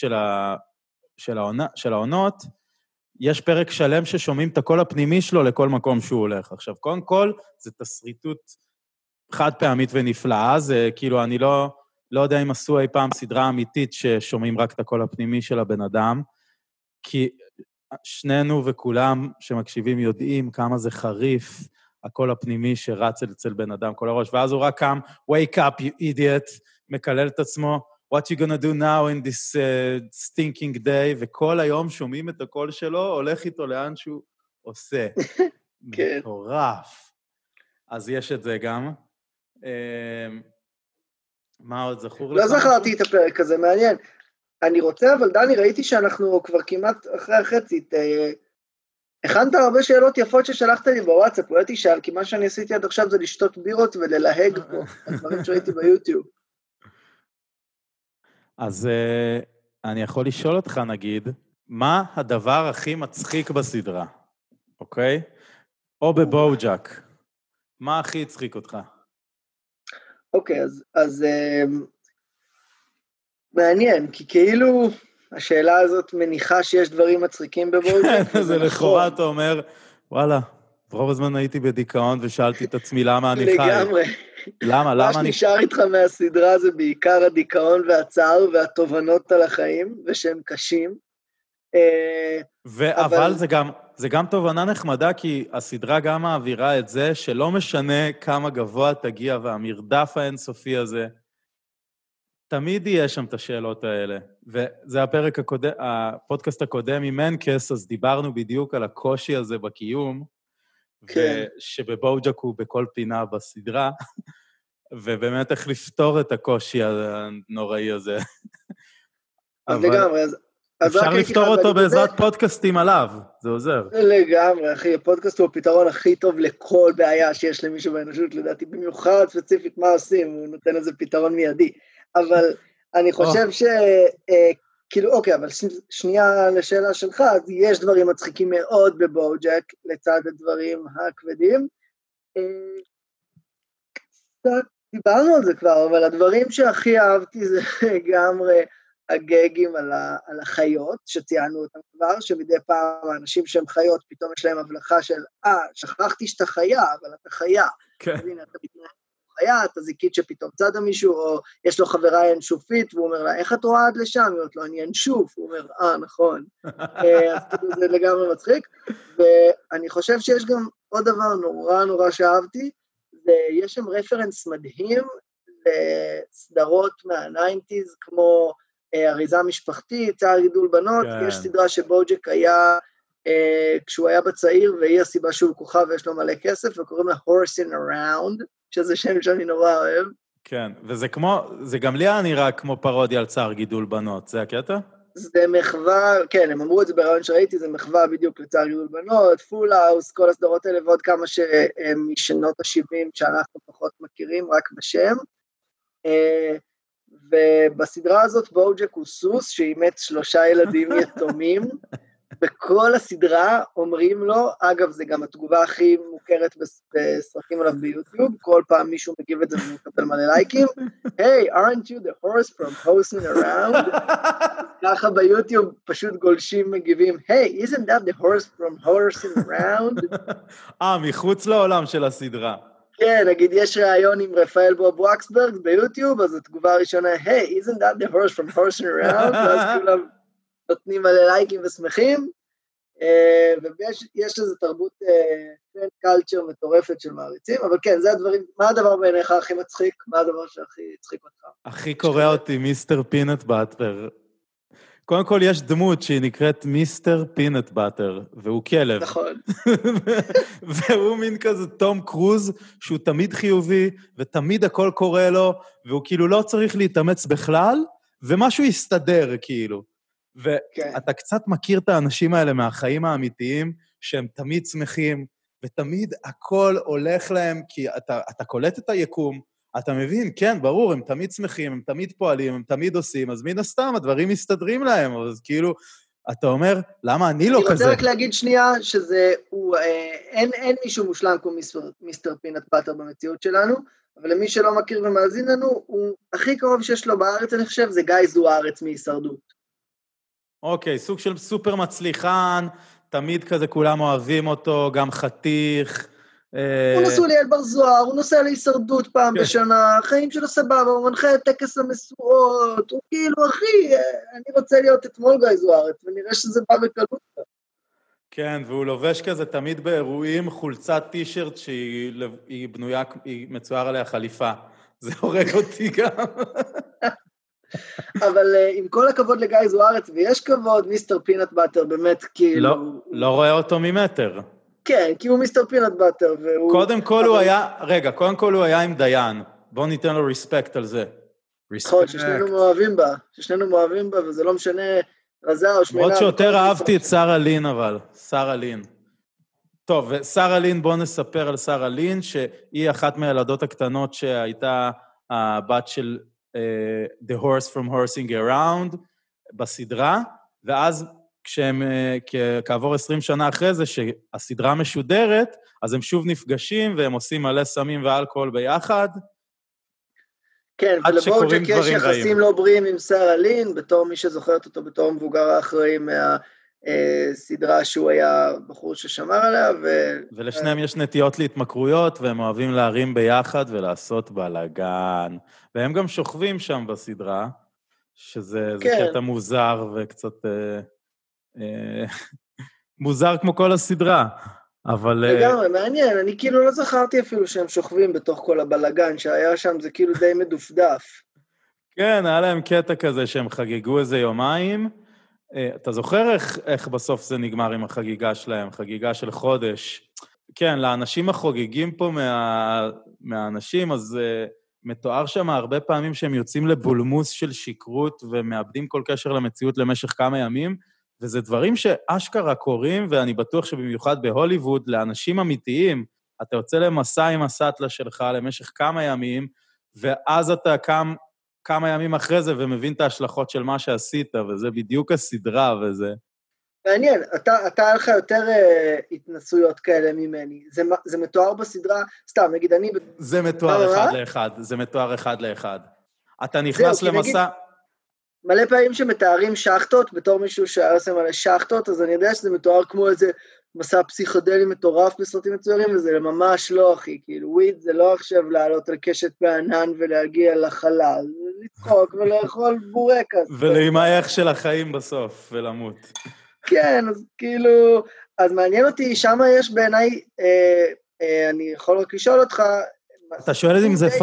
A: של העונות, יש פרק שלם ששומעים את הקול הפנימי שלו לכל מקום שהוא הולך. עכשיו, קודם כל, זה תסריטות חד פעמית ונפלאה, זה כאילו, אני לא יודע אם עשו אי פעם סדרה אמיתית ששומעים רק את הקול הפנימי של הבן אדם, כי שנינו וכולם שמקשיבים יודעים כמה זה חריף, הקול הפנימי שרץ אצל בן אדם כל הראש, ואז הוא רק קם, wake up, you idiot, מקלל את עצמו, what you gonna do now in this stinking day, וכל היום שומעים את הקול שלו, הולך איתו לאן שהוא עושה.
B: כן.
A: מטורף. אז יש את זה גם. מה עוד זכור לך?
B: לא זכרתי את הפרק הזה, מעניין. אני רוצה, אבל דני, ראיתי שאנחנו כבר כמעט אחרי החצי, הכנת הרבה שאלות יפות ששלחת לי בוואטסאפ, אולי תשאל, כי מה שאני עשיתי עד עכשיו זה לשתות בירות וללהג פה, הדברים שראיתי ביוטיוב.
A: אז אני יכול לשאול אותך, נגיד, מה הדבר הכי מצחיק בסדרה, אוקיי? או בבוג'ק. מה הכי הצחיק אותך?
B: אוקיי, אז מעניין, כי כאילו השאלה הזאת מניחה שיש דברים מצחיקים בבוג'ק.
A: זה לכאורה, אתה אומר, וואלה, ברוב הזמן הייתי בדיכאון ושאלתי את עצמי למה אני חי.
B: לגמרי.
A: למה
B: מה שנשאר איתך מהסדרה זה בעיקר הדיכאון והצער והתובנות על החיים, ושהם קשים.
A: אבל זה גם תובנה נחמדה, כי הסדרה גם מעבירה את זה, שלא משנה כמה גבוה תגיע, והמרדף האינסופי הזה, תמיד יהיה שם את השאלות האלה. וזה הפודקאסט הקודם עם מנקס, אז דיברנו בדיוק על הקושי הזה בקיום, ושבבוג'ק הוא בכל פינה בסדרה, ובאמת איך לפתור את הקושי הנוראי הזה.
B: אז לגמרי,
A: אפשר לפתור אותו בעזרת פודקאסטים עליו, זה עוזר.
B: לגמרי, אחי, הפודקאסט הוא הפתרון הכי טוב לכל בעיה שיש למישהו באנושות, לדעתי, במיוחד ספציפית מה עושים, הוא נותן איזה פתרון מיידי. אבל אני חושב כאילו, אוקיי, אבל שנייה לשאלה שלך, אז יש דברים מצחיקים מאוד בבוג'ק, לצד הדברים הכבדים. קצת דיברנו על זה כבר, אבל הדברים שהכי אהבתי זה לגמרי הגגים על החיות, שציינו אותם כבר, שמדי פעם האנשים שהם חיות, פתאום יש להם הבלחה של, שכחתי שאתה חיה, אבל אתה חיה.
A: כן.
B: אז הנה, אתה מתנהג חוויית, אז הקית שפתאום צדה מישהו, או יש לו חברה ינשופית, והוא אומר לה, איך את רואה עד לשם? היא אומרת לו, אני ינשוף, הוא אומר, נכון. אז כאילו זה לגמרי מצחיק, ואני חושב שיש גם עוד דבר נורא שאהבתי, יש שם רפרנס מדהים לסדרות מה-90s, כמו אריזה משפחתית, צער גידול בנות, יש סדרה שבוג'ק היה, כשהוא היה בצעיר, והיא הסיבה שהוא כוכב ויש לו מלא כסף, וקוראים לה Horse in Around, שזה שם שאני נורא אוהב.
A: כן, וזה כמו, זה גם לי היה נראה כמו פרודיה על צער גידול בנות, זה הקטע?
B: זה מחווה, כן, הם אמרו את זה ברעיון שראיתי, זה מחווה בדיוק לצער גידול בנות, פול האוס, כל הסדרות האלה, ועוד כמה שהם משנות ה-70 שאנחנו פחות מכירים, רק בשם. ובסדרה הזאת בוג'ק הוא סוס שאימץ 3 ילדים יתומים, בכל הסדרה אומרים לו, אגב זה גם התגובה הכי מוכרת בסרטים עליו ביוטיוב, כל פעם מישהו מגיב את זה ומקבל מלא לייקים, Hey, aren't you the horse from horsing around? ככה ביוטיוב פשוט גולשים מגיבים, Hey, isn't that the horse from horsing around?
A: מחוץ לעולם של הסדרה.
B: כן, נגיד יש ראיון עם רפאל בוב ווקסברג ביוטיוב, אז התגובה הראשונה, Hey, isn't that the horse from horsing around? ואז כולם נותנים מלא לייקים ושמחים, ויש לזה תרבות פן קלצ'ר מטורפת של מעריצים, אבל כן, זה הדברים, מה הדבר בעיניך הכי מצחיק? מה הדבר שהכי הצחיק אותך?
A: הכי קורא אותי מיסטר פינט באטר. קודם כל יש דמות שהיא נקראת מיסטר פינט באטר, והוא כלב.
B: נכון.
A: והוא מין כזה תום קרוז, שהוא תמיד חיובי, ותמיד הכל קורה לו, והוא כאילו לא צריך להתאמץ בכלל, ומשהו יסתדר כאילו. ואתה קצת מכיר את האנשים האלה מהחיים האמיתיים, שהם תמיד שמחים, ותמיד הכל הולך להם, כי אתה קולט את היקום, אתה מבין, כן, ברור, הם תמיד שמחים, הם תמיד פועלים, הם תמיד עושים, אז מן הסתם הדברים מסתדרים להם, אז כאילו, אתה אומר, למה אני לא כזה?
B: אני רוצה רק להגיד שנייה, שזה, אין מישהו מושלם כמו מיסטר פינט באטר במציאות שלנו, אבל למי שלא מכיר ומאזין לנו, הוא הכי קרוב שיש לו בארץ, אני חושב, זה גיא זוארץ מהישרדות.
A: אוקיי, סוג של סופר מצליחן, תמיד כזה כולם אוהבים אותו, גם חתיך.
B: הוא נשוי ליאל בר זוהר, הוא נוסע להישרדות פעם בשנה, החיים שלו סבבה, הוא מנחה את טקס המשואות, הוא כאילו, אחי, אני רוצה להיות אתמול גיא זוארץ, ונראה שזה בא בקלות.
A: כן, והוא לובש כזה תמיד באירועים חולצת טישרט שהיא בנויה, היא מצויר עליה חליפה. זה הורג אותי גם.
B: אבל עם כל הכבוד לגיא זוארץ, ויש כבוד, מיסטר פינט באטר באמת כאילו...
A: לא רואה אותו ממטר.
B: כן, כי הוא מיסטר פינט באטר, והוא...
A: קודם כל הוא היה, רגע, קודם כל הוא היה עם דיין. בואו ניתן לו ריספקט על זה.
B: נכון, ששנינו מאוהבים בה, וזה לא משנה רזה או שמנה.
A: עוד שיותר אהבתי את שרה לין, אבל. שרה לין. טוב, ושרה לין, בואו נספר על שרה לין, שהיא אחת מהילדות הקטנות שהייתה הבת של The Horse from Horsing Around בסדרה, ואז כעבור 20 שנה אחרי זה, שהסדרה משודרת, אז הם שוב נפגשים, והם עושים מלא סמים ואלכוהול ביחד.
B: כן, ולבוג'ק יש יחסים לא בריאים עם שרה לין, בתור מי שזוכרת אותו בתור מבוגר האחראי מהסדרה שהוא היה בחור ששמר עליה,
A: ולשניהם יש נטיות להתמכרויות, והם אוהבים להרים ביחד ולעשות בלגן. והם גם שוכבים שם בסדרה, שזה קטע מוזר וקצת... מוזר כמו כל הסדרה, אבל...
B: לגמרי, מעניין, אני כאילו לא זכרתי אפילו שהם שוכבים בתוך כל הבלגן שהיה שם, זה כאילו די מדופדף.
A: כן, היה להם קטע כזה שהם חגגו איזה יומיים, אתה זוכר איך בסוף זה נגמר עם החגיגה שלהם, חגיגה של חודש? כן, לאנשים החוגגים פה מהאנשים, אז מתואר שם הרבה פעמים שהם יוצאים לבולמוס של שיקרות, ומאבדים כל קשר למציאות למשך כמה ימים, וזה דברים שאשכרה קורים, ואני בטוח שבמיוחד בהוליווד, לאנשים אמיתיים, אתה יוצא למסע עם הסטלה שלך למשך כמה ימים, ואז אתה קם כמה ימים אחרי זה, ומבין את ההשלכות של מה שעשית, וזה בדיוק הסדרה, וזה...
B: מעניין, אתה היה לך יותר התנסויות כאלה ממני, זה מתואר בסדרה, סתם, נגיד אני...
A: זה מתואר אחד לאחד, זה מתואר אחד לאחד. אתה נכנס למסע...
B: מלא פעמים שמתארים שחטות, בתור מישהו שהיה עושה מלא שחטות, אז אני יודע שזה מתואר כמו איזה מסע פסיכודלי מטורף בסרטים מצוירים, וזה ממש לא, אחי, כאילו, וויד זה לא עכשיו לעלות על קשת בענן ולהגיע לחלל, זה לצחוק ולאכול בורקס.
A: ולהימייך של החיים בסוף, ולמות.
B: כן, אז כאילו, אז מעניין אותי, שמה יש בעיניי, אני יכול רק לשאול אותך,
A: אתה שואל אם זה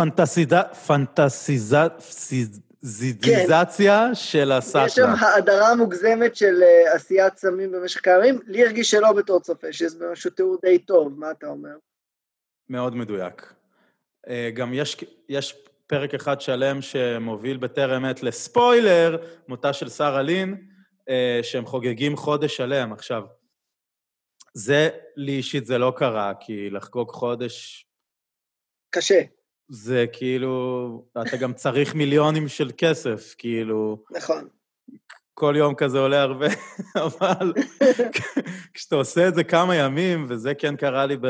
A: פנטזיזציה של הסאטלה.
B: יש שם האדרה מוגזמת של עשיית סמים במשך כמה ימים, לי הרגיש שלא בתור צופה, שיש במשהו תיאור די טוב, מה אתה אומר?
A: מאוד מדויק. גם יש פרק אחד שלם שמוביל בטרם עת לספוילר, מותה של שרה לין, שהם חוגגים חודש שלם. עכשיו, זה לי אישית זה לא קרה, כי לחגוג חודש...
B: קשה.
A: זה כאילו, אתה גם צריך מיליונים של כסף, כאילו...
B: נכון.
A: כל יום כזה עולה הרבה, אבל כשאתה עושה את זה כמה ימים, וזה כן קרה לי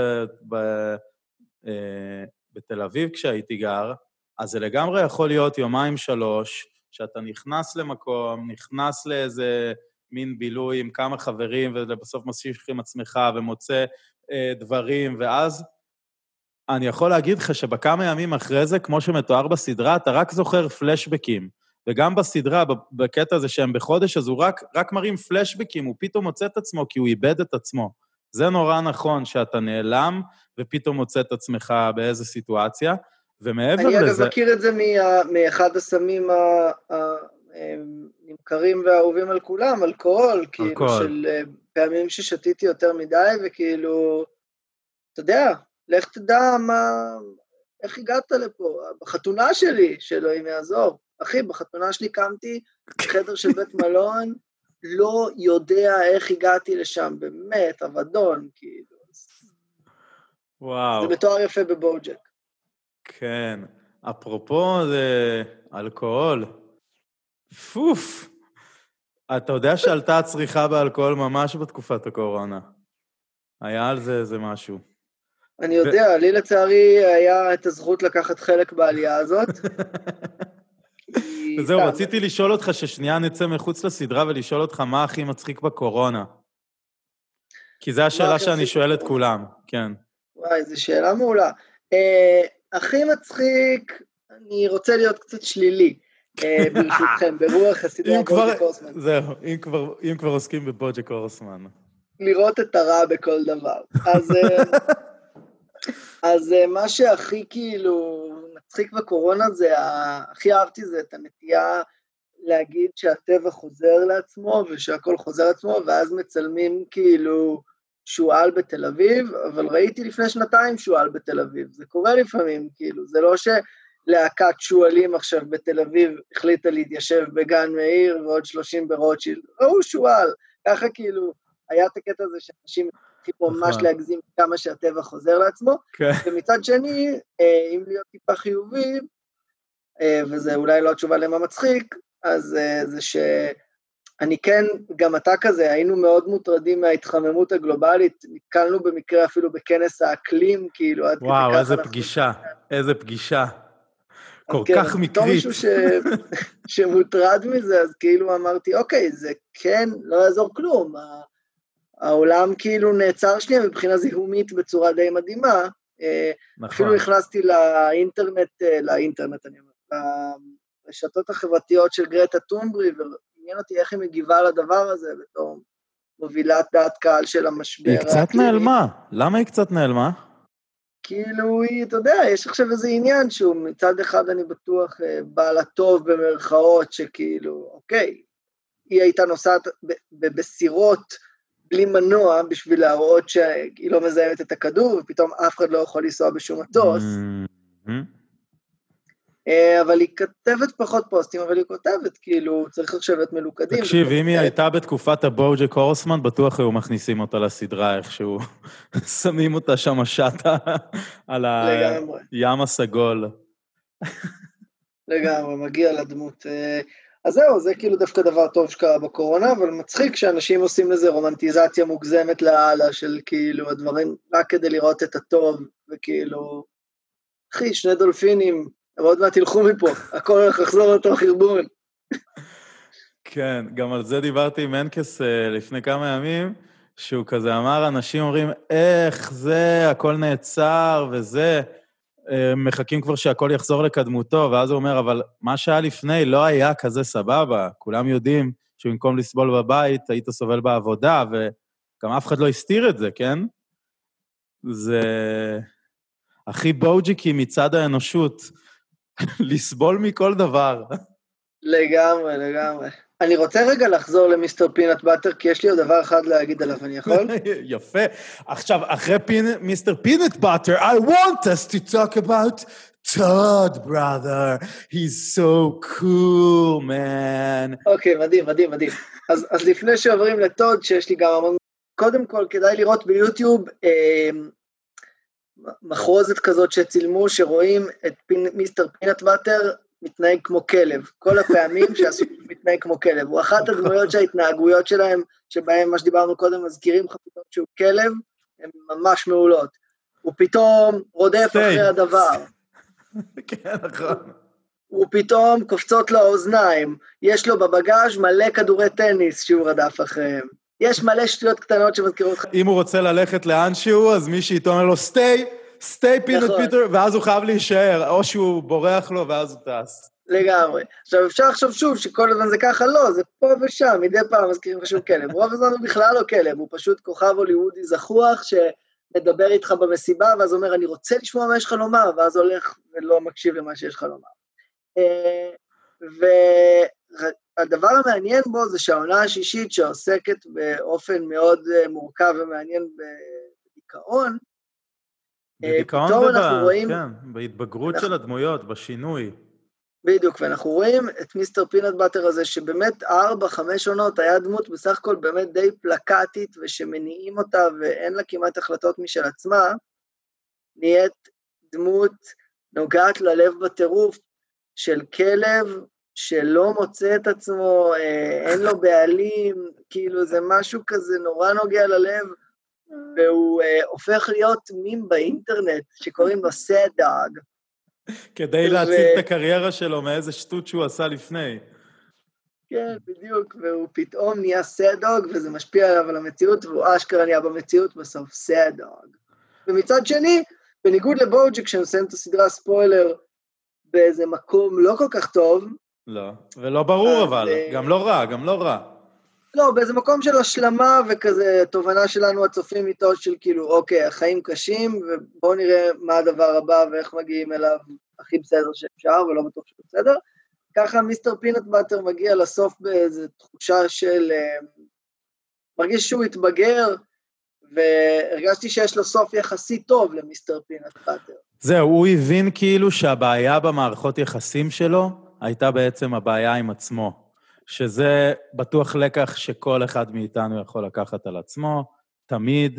A: בתל אביב כשהייתי גר, אז זה לגמרי יכול להיות יומיים שלוש, שאתה נכנס למקום, נכנס לאיזה מין בילוי עם כמה חברים, ובסוף מסיך עם עצמך ומוצא דברים, ואז אני יכול להגיד לך שבכמה ימים אחרי זה, כמו שמתואר בסדרה, אתה רק זוכר פלשבקים, וגם בסדרה, בקטע הזה שהם בחודש, אז הוא רק מראים פלשבקים, הוא פתאום מוצא את עצמו, כי הוא איבד את עצמו. זה נורא נכון שאתה נעלם, ופתאום מוצא את עצמך באיזה סיטואציה, ומעבר לזה...
B: אני אגב מכיר את זה מאחד הסמים הנמכרים והאהובים על כולם, אלכוהול, כאילו של פעמים ששתיתי יותר מדי, וכאילו, אתה יודע, לך תדע איך הגעת לפה, בחתונה שלי, שאלוהים יעזור. אחי, בחתונה שלי קמתי בחדר של בית מלון, לא יודע איך הגעתי לשם, באמת, אבדון, כאילו.
A: וואו.
B: זה מתואר יפה בבוג'ק.
A: כן. אפרופו זה אלכוהול. פוף. אתה יודע שעלתה הצריכה באלכוהול ממש בתקופת הקורונה. היה על זה איזה משהו.
B: אני יודע, לי לצערי היה את הזכות לקחת חלק בעלייה הזאת.
A: וזהו, רציתי לשאול אותך ששנייה נצא מחוץ לסדרה ולשאול אותך מה הכי מצחיק בקורונה. כי זו השאלה שאני שואל את כולם, כן.
B: וואי, זו שאלה מעולה. הכי מצחיק, אני רוצה להיות קצת שלילי, ברשותכם, ברוח הסדרה בוג'ק הורסמן.
A: זהו, אם כבר עוסקים בבוג'ק הורסמן.
B: לראות את הרע בכל דבר. אז מה שהכי כאילו מצחיק בקורונה זה, הכי אהבתי זה את הנטייה להגיד שהטבע חוזר לעצמו, ושהכל חוזר לעצמו, ואז מצלמים כאילו שועל בתל אביב, אבל ראיתי לפני שנתיים שועל בתל אביב, זה קורה לפעמים, כאילו, זה לא שלהקת שועלים עכשיו בתל אביב החליטה להתיישב בגן מאיר, ועוד 30 ברוטשילד, ראו שועל, ככה כאילו, היה את הקטע הזה שאנשים התחילו ממש להגזים כמה שהטבע חוזר לעצמו, ומצד שני, אם להיות טיפה חיובי, וזה אולי לא התשובה למה מצחיק, אז זה שאני כן, גם אתה כזה, היינו מאוד מוטרדים מההתחממות הגלובלית, נתקלנו במקרה אפילו בכנס האקלים, כאילו, עד כדי כך
A: וואו, איזה פגישה, איזה פגישה, כל כך מקרית.
B: בתור מישהו שמוטרד מזה, אז כאילו אמרתי, אוקיי, זה כן, לא יעזור כלום, העולם כאילו נעצר שנייה מבחינה זיהומית בצורה די מדהימה, אפילו הכנסתי לאינטרנט, אני אומר, לרשתות החברתיות של גרטה טונברי, ועניין אותי איך היא מגיבה לדבר הזה, בתור מובילת דעת קהל של המשבר.
A: היא קצת נעלמה, למה היא קצת נעלמה?
B: כאילו היא, אתה יודע, יש עכשיו איזה עניין שהוא מצד אחד אני בטוח בעל הטוב במרכאות, שכאילו, אוקיי, היא הייתה נוסעת בסירות, בלי מנוע, בשביל להראות שהיא לא מזהמת את הכדור, ופתאום אף אחד לא יכול לנסוע בשום מטוס. אבל היא כתבת פחות פוסטים, אבל היא כותבת, כאילו, צריך עכשיו להיות מלוכדים.
A: תקשיב, אם היא הייתה בתקופת הבוג'ק הורסמן, בטוח היו מכניסים אותה לסדרה, איכשהו שמים אותה שם שטה על הים הסגול.
B: לגמרי, מגיע לדמות. אז זהו, זה כאילו דווקא דבר טוב שקרה בקורונה, אבל מצחיק שאנשים עושים לזה רומנטיזציה מוגזמת להלאה של כאילו הדברים, רק כדי לראות את הטוב, וכאילו, אחי, 2 דולפינים, עוד מעט תלכו מפה, הכל הולך לחזור אותו חרבון.
A: כן, גם על זה דיברתי עם מנקס לפני כמה ימים, שהוא כזה אמר, אנשים אומרים, איך זה, הכל נעצר וזה, מחכים כבר שהכל יחזור לקדמותו, ואז הוא אומר, אבל מה שהיה לפני לא היה כזה סבבה, כולם יודעים שבמקום לסבול בבית, היית סובל בעבודה, וגם אף אחד לא הסתיר את זה, כן? זה הכי בוג'יקי מצד האנושות, לסבול מכל דבר.
B: לגמרי, לגמרי. אני רוצה רגע לחזור למיסטר פינאט באטר, כי יש לי עוד דבר אחד להגיד עליו, אני יכול?
A: יפה. עכשיו, אחרי מיסטר פינאט באטר, I want us to talk about Todd, brother. He's so cool, man.
B: אוקיי, מדהים, מדהים, מדהים. אז לפני שעוברים לטוד, שיש לי גם המון... קודם כל, כדאי לראות ביוטיוב מחרוזת כזאת שצילמו, שרואים את מיסטר פינאט באטר מתנהג כמו כלב. כל הפעמים שעשו מתנהג כמו כלב. הוא אחת הדמויות שההתנהגויות שלהם, שבהם מה שדיברנו קודם, מזכירים לך פתאום שהוא כלב, הן ממש מעולות. הוא פתאום רודף אחרי הדבר.
A: כן, נכון.
B: הוא פתאום קופצות לו האוזניים. יש לו בבגאז' מלא כדורי טניס שהוא רדף אחריהם. יש מלא שטויות קטנות שמזכירות לך.
A: אם הוא רוצה ללכת לאנשהו, אז מישהי איתו אומר לו, stay פינאט פיטר, ואז הוא חייב להישאר, או שהוא בורח לו, ואז הוא טס.
B: לגמרי. עכשיו, אפשר לחשוב שוב שכל הזמן זה ככה, לא, זה פה ושם, מדי פעם מזכירים לך שהוא כלב. רוב הזמן הוא בכלל לא כלב, הוא פשוט כוכב הוליוודי זחוח, שמדבר איתך במסיבה, ואז אומר, אני רוצה לשמוע מה יש לך לומר, ואז הולך ולא מקשיב למה שיש לך לומר. והדבר המעניין בו זה שהעונה השישית שעוסקת באופן מאוד מורכב ומעניין בדיכאון,
A: בדיכאון כן, בהתבגרות של הדמויות, בשינוי.
B: בדיוק, ואנחנו רואים את מיסטר פינאט באטר הזה, שבאמת 4-5 עונות היה דמות בסך הכל באמת די פלקטית, ושמניעים אותה ואין לה כמעט החלטות משל עצמה, נהיית דמות נוגעת ללב בטירוף של כלב, שלא מוצא את עצמו, אין לו בעלים, כאילו זה משהו כזה נורא נוגע ללב, והוא הופך להיות מים באינטרנט, שקוראים לו sad dog.
A: כדי להציל את הקריירה שלו מאיזה שטות שהוא עשה לפני.
B: כן, בדיוק, והוא פתאום נהיה sad dog, וזה משפיע עליו על המציאות, והוא אשכרה נהיה במציאות בסוף sad dog. ומצד שני, בניגוד לבוג'ק, כשנסיים את הסדרה ספוילר, באיזה מקום לא כל כך טוב.
A: לא, ולא ברור אבל, גם לא רע, גם לא רע.
B: לא, באיזה מקום של השלמה וכזה, תובנה שלנו הצופים איתו של כאילו, אוקיי, החיים קשים, ובואו נראה מה הדבר הבא ואיך מגיעים אליו הכי בסדר שאפשר, ולא בטוח שהוא בסדר. ככה מיסטר פינאט באטר מגיע לסוף באיזו תחושה של, מרגיש שהוא התבגר, והרגשתי שיש לו סוף יחסי טוב למיסטר פינאט באטר.
A: זהו, הוא הבין כאילו שהבעיה במערכות יחסים שלו, הייתה בעצם הבעיה עם עצמו. שזה בטוח לקח שכל אחד מאיתנו יכול לקחת על עצמו, תמיד.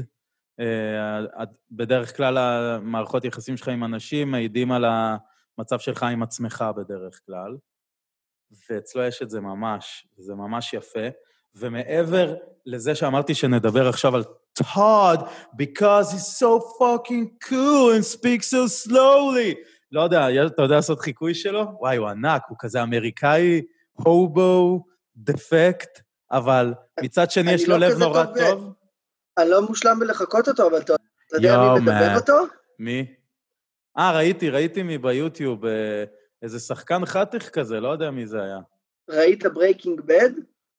A: בדרך כלל המערכות יחסים שלך עם אנשים מעידים על המצב שלך עם עצמך בדרך כלל, ואצלו יש את זה ממש, זה ממש יפה. ומעבר לזה שאמרתי שנדבר עכשיו על Todd, because he's so fucking cool and speaks so slowly. לא יודע, אתה יודע לעשות חיקוי שלו? וואי, הוא ענק, הוא כזה אמריקאי, הובו, דפקט, אבל מצד שני יש לו לב נורא טוב.
B: אני לא מושלם בלחכות אותו, אבל אתה יודע מי מדבב אותו?
A: מי? ראיתי מי ביוטיוב, איזה שחקן חתיך כזה, לא יודע מי זה היה.
B: ראית ברייקינג בד?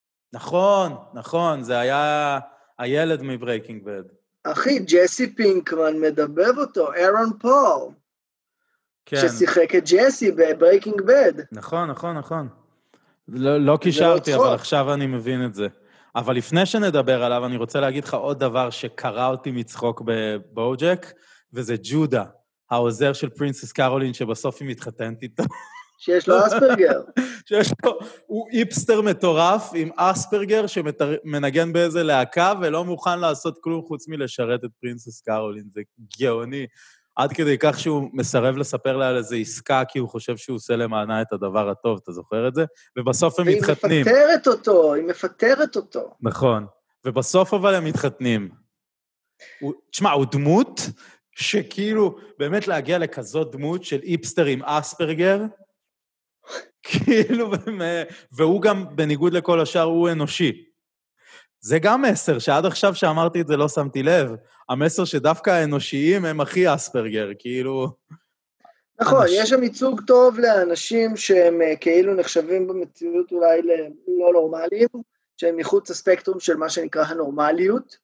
A: נכון, זה היה הילד מברייקינג בד.
B: אחי, ג'סי פינקמן מדבב אותו, אירון פול. כן. ששיחק את ג'סי בברייקינג בד.
A: נכון. לא קישרתי, אבל עכשיו אני מבין את זה. אבל לפני שנדבר עליו, אני רוצה להגיד לך עוד דבר שקרא אותי מצחוק בבוג'ק, וזה ג'ודה, העוזר של פרינסס קרולין, שבסוף היא מתחתנת איתו.
B: שיש לו אספרגר.
A: הוא איפסטר מטורף עם אספרגר, שמנגן באיזה להקה, ולא מוכן לעשות כלום חוץ מלשרת את פרינסס קרולין. זה גאוני. עד כדי כך שהוא מסרב לספר לה על איזו עסקה, כי הוא חושב שהוא עושה למענה את הדבר הטוב, אתה זוכר את זה? ובסוף הם מתחתנים.
B: היא מפטרת אותו.
A: נכון. ובסוף אבל הם מתחתנים. תשמע, הוא דמות שכאילו, באמת להגיע לכזאת דמות של איפסטר עם אספרגר, כאילו, והוא גם, בניגוד לכל השאר, הוא אנושי. זה גם מסר, שעד עכשיו שאמרתי את זה לא שמתי לב. המסר שדווקא האנושיים הם הכי אספרגר, כאילו...
B: נכון, יש שם ייצוג טוב לאנשים שהם כאילו נחשבים במציאות אולי לא נורמליים, שהם מחוץ הספקטרום של מה שנקרא הנורמליות.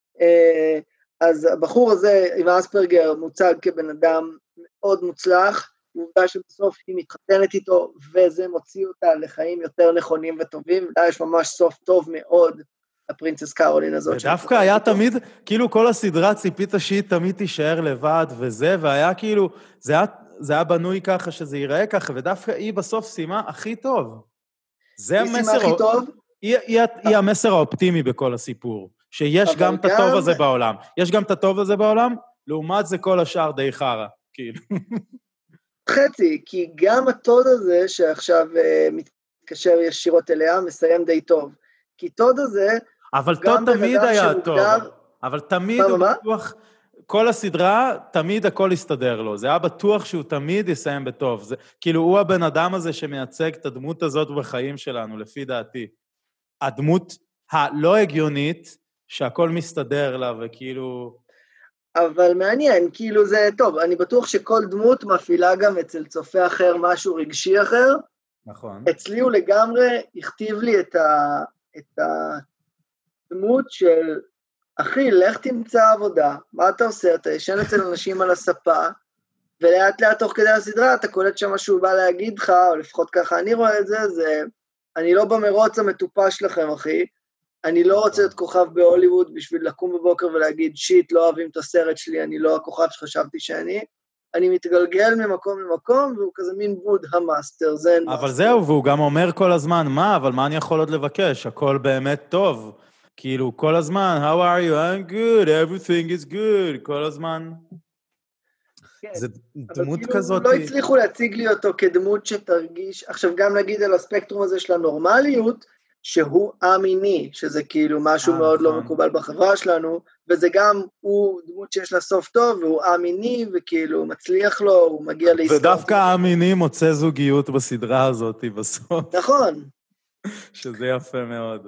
B: אז הבחור הזה עם אספרגר מוצג כבן אדם מאוד מוצלח, ועובדה שבסוף היא מתחתנת איתו, וזה מוציא אותה לחיים יותר נכונים וטובים, יש ממש סוף טוב מאוד לפרינסס קרולין הזאת.
A: ודווקא היה תמיד, כאילו כל הסדרה ציפית שהיא תמיד תישאר לבד וזה, והיה כאילו, זה היה בנוי ככה שזה ייראה ככה, ודווקא היא בסוף סיימה הכי טוב. זה המסר...
B: היא סיימה הכי טוב?
A: היא המסר האופטימי בכל הסיפור, שיש גם את הטוב הזה בעולם. יש גם את הטוב הזה בעולם, לעומת זה כל השאר די חרה, כאילו.
B: חצי, כי גם הטוד הזה שעכשיו מתקשר ישירות אליה, מסיים די טוב. כי טוד הזה...
A: אבל טוד תמיד היה טוב. אבל תמיד הוא בטוח... כל הסדרה, תמיד הכל יסתדר לו. זה היה בטוח שהוא תמיד יסיים בטוב. זה, כאילו, הוא הבן אדם הזה שמייצג את הדמות הזאת בחיים שלנו, לפי דעתי. הדמות הלא הגיונית, שהכל מסתדר לה, וכאילו...
B: אבל מעניין, כאילו זה טוב, אני בטוח שכל דמות מפעילה גם אצל צופה אחר משהו רגשי אחר.
A: נכון.
B: אצלי הוא לגמרי הכתיב לי את הדמות של... אחי, לך תמצא עבודה, מה אתה עושה? אתה ישן אצל אנשים על הספה, ולאט לאט תוך כדי הסדרה, אתה קולט שמה שהוא בא להגיד לך, או לפחות ככה אני רואה את זה, זה, אני לא במרוץ המטופש לכם, אחי, אני לא רוצה להיות כוכב בהוליווד, בשביל לקום בבוקר ולהגיד, שיט, לא אוהבים את הסרט שלי, אני לא הכוכב שחשבתי אני מתגלגל ממקום למקום, והוא כזה מין בוד המאסטר, זה אין מאסטר.
A: אבל זהו, והוא גם אומר כל הזמן, אבל מה אני יכול עוד לבקש? הכל באמת טוב. כאילו, כל הזמן, how are you? I'm good, everything is good, כל הזמן.
B: כן,
A: זה דמות
B: כאילו
A: כזאת...
B: לא הצליחו להציג לי אותו כדמות שתרגיש, עכשיו גם נגיד על הספקטרום הזה של הנורמליות, שהוא א-מיני, שזה כאילו משהו מאוד לא מקובל בחברה שלנו, וזה גם, הוא דמות שיש לה סוף טוב, והוא א-מיני, וכאילו מצליח לו, הוא מגיע להסתכל.
A: ודווקא א-מיני מוצא זוגיות בסדרה הזאת בסוף.
B: נכון.
A: שזה יפה מאוד.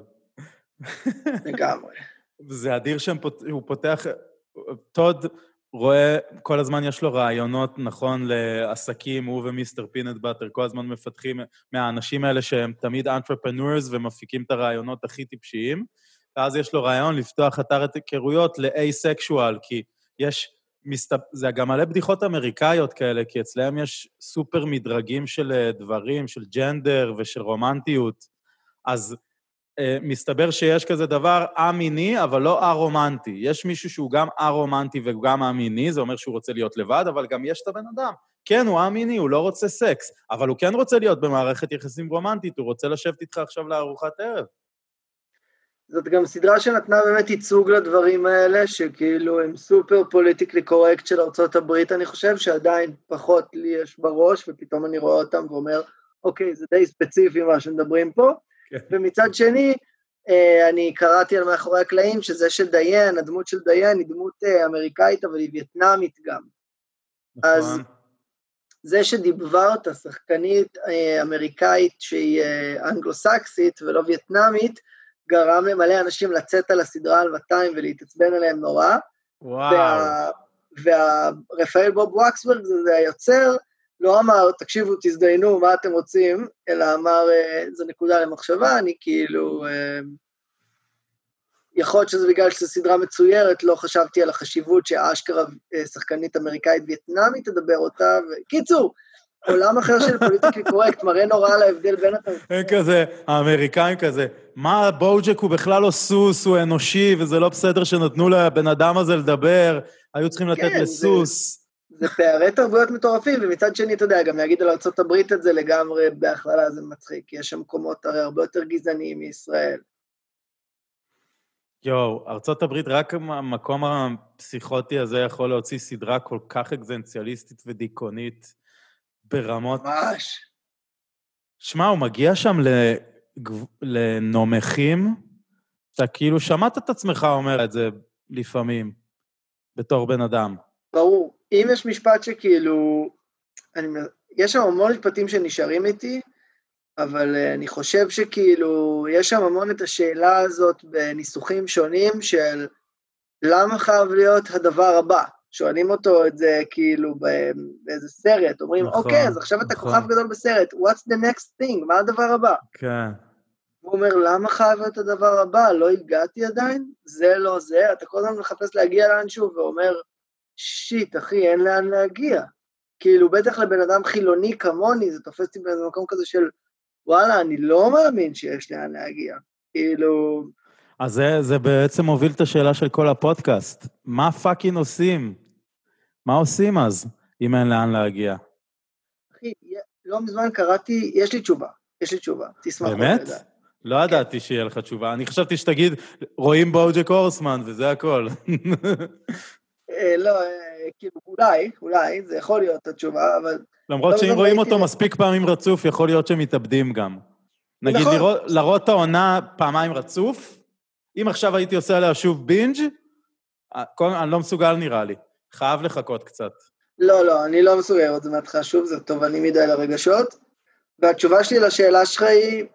B: לגמרי.
A: זה אדיר שהוא פותח, טוד רואה, כל הזמן יש לו רעיונות, נכון, לעסקים, הוא ומיסטר פינט באטר, כל הזמן מפתחים מהאנשים האלה שהם תמיד entrepreneurs ומפיקים את הרעיונות הכי טיפשיים, ואז יש לו רעיון לפתוח אתר היכרויות ל-asexual, כי יש, זה גם מלא בדיחות אמריקאיות כאלה, כי אצלהם יש סופר מדרגים של דברים, של ג'נדר ושל רומנטיות, אז מסתבר שיש כזה דבר א-מיני, אבל לא א-רומנטי. יש מישהו שהוא גם א-רומנטי וגם א-מיני, זה אומר שהוא רוצה להיות לבד, אבל גם יש את הבן אדם. כן, הוא א-מיני, הוא לא רוצה סקס, אבל הוא כן רוצה להיות במערכת יחסים רומנטית, הוא רוצה לשבת איתך עכשיו לארוחת ערב.
B: זאת גם סדרה שנתנה באמת ייצוג לדברים האלה, שכאילו הם סופר פוליטיקלי קורקט של ארצות הברית, אני חושב שעדיין פחות לי יש בראש, ופתאום אני רואה אותם ואומר, אוקיי, זה די ספציפי מה שמדברים פה, ומצד שני, אני קראתי על מאחורי הקלעים, שזה של דיין, הדמות של דיין היא דמות אמריקאית, אבל היא וייטנאמית גם. אז זה שדיברת, שחקנית אמריקאית שהיא אנגלו-סקסית ולא וייטנאמית, גרם למלא אנשים לצאת על הסדרה על 200 ולהתעצבן עליהם נורא.
A: וואו.
B: והרפאל בוב ווקסברג, זה היוצר, לא אמר, תקשיבו, תזדיינו, מה אתם רוצים, אלא אמר, זו נקודה למחשבה, אני כאילו, יכול להיות שזה בגלל שזו סדרה מצוירת, לא חשבתי על החשיבות שהאשכרה שחקנית אמריקאית וייטנאמית תדבר אותה, קיצור, עולם אחר של פוליטיקלי קורקט, מראה נורא על ההבדל בין
A: אין כזה, האמריקאים כזה, מה בוג'ק הוא בכלל לא סוס, הוא אנושי, וזה לא בסדר שנתנו לבן אדם הזה לדבר, היו צריכים לתת לסוס.
B: זה פערי תרבויות מטורפים, ומצד שני, אתה יודע, גם להגיד על ארצות הברית את זה לגמרי בהכללה, זה מצחיק, כי יש שם מקומות הרי הרבה יותר גזעניים מישראל.
A: ארצות הברית, רק המקום הפסיכוטי הזה יכול להוציא סדרה כל כך אקזנציאליסטית ודיכאונית ברמות.
B: ממש.
A: שמע, הוא מגיע שם לנומחים, אתה כאילו שמעת את עצמך אומר את זה לפעמים, בתור בן אדם.
B: ברור. אם יש משפט שכאילו, יש שם המון משפטים שנשארים איתי, אבל אני חושב שכאילו, יש שם המון את השאלה הזאת בניסוחים שונים של למה חייב להיות הדבר הבא? שואלים אותו את זה כאילו באיזה סרט, אומרים,
A: נכון,
B: אוקיי, אז עכשיו אתה כוכב גדול בסרט, what's the next thing? מה הדבר הבא?
A: כן.
B: הוא אומר, למה חייב להיות הדבר הבא? לא הגעתי עדיין? זה לא זה, אתה כל הזמן מחפש להגיע לאנשהו ואומר, שיט, אחי, אין לאן להגיע. כאילו, בטח לבן אדם חילוני כמוני, זה תופס אותי באיזה מקום כזה של, וואלה, אני לא מאמין שיש לאן להגיע. כאילו...
A: אז זה בעצם מוביל את השאלה של כל הפודקאסט. מה פאקינג עושים? מה עושים אז, אם אין לאן להגיע?
B: אחי, לא מזמן קראתי, יש לי תשובה, תשמח.
A: באמת? לא ידעתי שיהיה לך תשובה. אני חשבתי שתגיד, רואים בוג'ק הורסמן, וזה הכל.
B: לא, כאילו, אולי, זה יכול להיות התשובה, אבל...
A: למרות שאם רואים אותו מספיק פעמים רצוף, יכול להיות שהם מתאבדים גם. נגיד, לראות את העונה פעמיים רצוף, אם עכשיו הייתי עושה עליה שוב בינג', אני לא מסוגל נראה לי. חייב לחכות קצת.
B: לא, אני לא מסוגל לראות את זה מהתחלה שוב, זה טוב, אני מדי לרגשות. והתשובה שלי לשאלה שלך היא,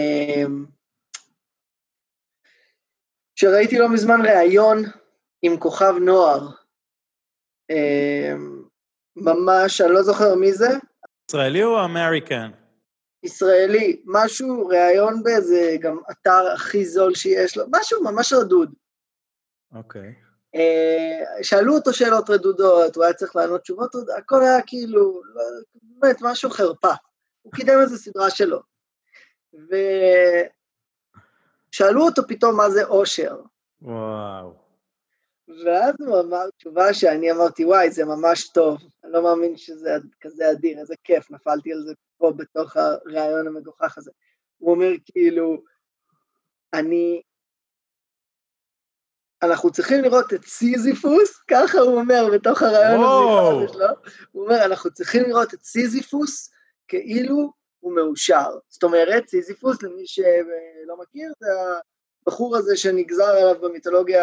B: שראיתי לא מזמן ראיון עם כוכב נוער, ממש, אני לא זוכר מי זה.
A: ישראלי או אמריקן?
B: ישראלי, משהו, ראיון באיזה גם אתר הכי זול שיש לו, משהו ממש רדוד.
A: אוקיי.
B: שאלו אותו שאלות רדודות, הוא היה צריך לענות תשובות, הכל היה כאילו, באמת, משהו חרפה. הוא קידם איזו סדרה שלו. ושאלו אותו פתאום מה זה אושר.
A: וואו.
B: ואז הוא אמר תשובה שאני אמרתי, וואי, זה ממש טוב. אני לא מאמין שזה כזה אדיר, איזה כיף, נפלתי על זה פה בתוך הרעיון המגוחך הזה. הוא אומר כאילו, אנחנו צריכים לראות את סיזיפוס, ככה הוא אומר בתוך הרעיון הזה שלו, הוא אומר, אנחנו צריכים לראות את סיזיפוס כאילו הוא מאושר. זאת אומרת, סיזיפוס, למי שלא מכיר, זה הבחור הזה שנגזר עליו במיתולוגיה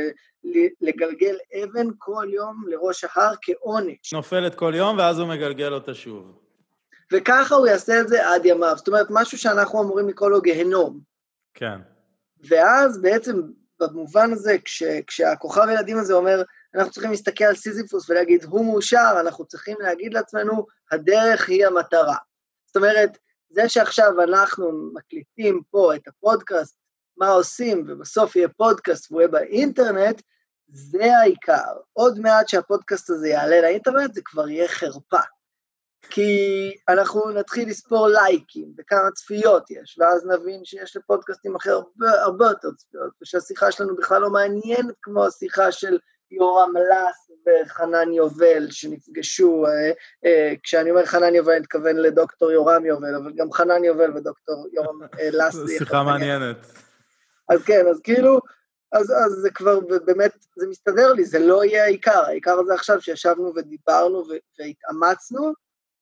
B: לגלגל אבן כל יום לראש ההר כעונש.
A: נופלת כל יום ואז הוא מגלגל אותה שוב.
B: וככה הוא יעשה את זה עד ימיו. זאת אומרת, משהו שאנחנו אמורים לקרוא לו גהנום.
A: כן.
B: ואז בעצם במובן הזה, כשהכוכב ילדים הזה אומר, אנחנו צריכים להסתכל על סיזיפוס ולהגיד, הוא מאושר, אנחנו צריכים להגיד לעצמנו, הדרך היא המטרה. זאת אומרת, זה שעכשיו אנחנו מקליטים פה את הפודקאסט, מה עושים, ובסוף יהיה פודקאסט והוא יהיה באינטרנט, זה העיקר. עוד מעט שהפודקאסט הזה יעלה לאינטרנט, זה כבר יהיה חרפה. כי אנחנו נתחיל לספור לייקים, וכמה צפיות יש, ואז נבין שיש לפודקאסטים אחר הרבה יותר צפיות, ושהשיחה שלנו בכלל לא מעניינת כמו השיחה של יורם לס וחנן יובל, שנפגשו, כשאני אומר חנן יובל, אני מתכוון לדוקטור יורם יובל, אבל גם חנן יובל ודוקטור יורם לס.
A: שיחה מעניינת.
B: אז כן, אז כאילו, אז זה כבר באמת, זה מסתדר לי, זה לא יהיה העיקר, העיקר זה עכשיו שישבנו ודיברנו והתאמצנו,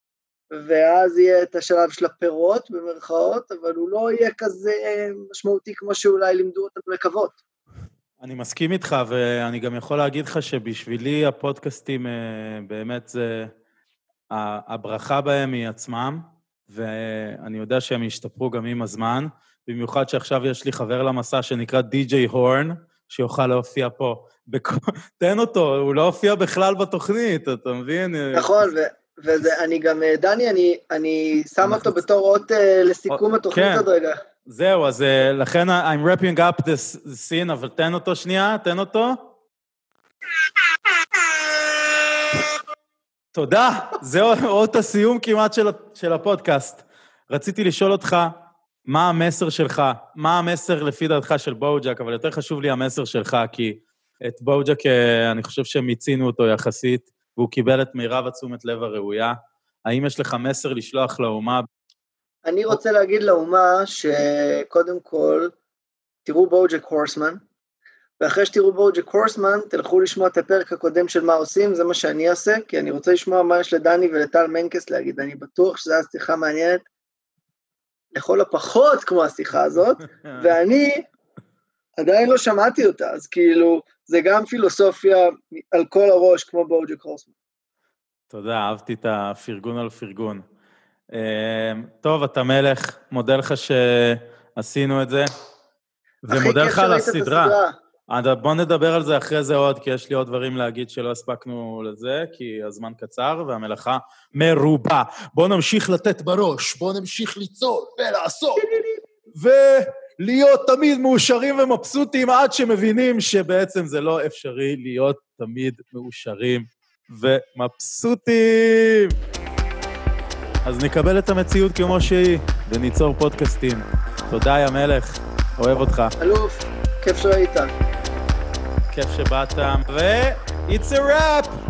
B: ואז יהיה את השלב של הפירות במרכאות, אבל הוא לא יהיה כזה משמעותי כמו שאולי לימדו אותנו לקוות.
A: אני מסכים איתך, ואני גם יכול להגיד לך שבשבילי הפודקאסטים באמת זה, הברכה בהם היא עצמם, ואני יודע שהם ישתפרו גם עם הזמן, במיוחד שעכשיו יש לי חבר למסע שנקרא די.ג'יי הורן, שיוכל להופיע פה. תן אותו, הוא לא הופיע בכלל בתוכנית, אתה מבין?
B: נכון, ואני גם, דני, אני שם אותו בתור אות לסיכום התוכנית עוד רגע.
A: זהו, אז לכן I'm wrapping up this scene, אבל תן אותו שנייה, תן אותו. תודה, זהו אות הסיום כמעט של הפודקאסט. רציתי לשאול אותך, מה המסר שלך? מה המסר לפי דעתך של בוג'ק, אבל יותר חשוב לי המסר שלך, כי את בוג'ק אני חושב שמיצינו אותו יחסית, והוא קיבל את מירב התשומת לב הראויה. האם יש לך מסר לשלוח לאומה?
B: אני רוצה להגיד לאומה שקודם כל, תראו בוג'ק הורסמן, ואחרי שתראו בוג'ק הורסמן, תלכו לשמוע את הפרק הקודם של מה עושים, זה מה שאני אעשה, כי אני רוצה לשמוע מה יש לדני ולטל מנקס להגיד, אני בטוח שזו השיחה מעניינת, לכל הפחות כמו השיחה הזאת, ואני עדיין לא שמעתי אותה, אז כאילו, זה גם פילוסופיה על כל הראש, כמו בוג'ק הורסמן.
A: תודה, אהבתי את הפרגון על פרגון. טוב, אתה מלך, מודה לך שעשינו את זה, ומודה לך על הסדרה. בוא נדבר על זה אחרי זה עוד, כי יש לי עוד דברים להגיד שלא הספקנו לזה, כי הזמן קצר והמלאכה מרובה. בוא נמשיך לתת בראש, בוא נמשיך ליצור ולעשות, ולהיות תמיד מאושרים ומבסוטים, עד שמבינים שבעצם זה לא אפשרי להיות תמיד מאושרים ומבסוטים. אז נקבל את המציאות כמו שהיא, וניצור פודקאסטים. תודה, יא מלך, אוהב אותך.
B: אלוף, כיף שהיית.
A: כיף שבאת, ו-it's a wrap!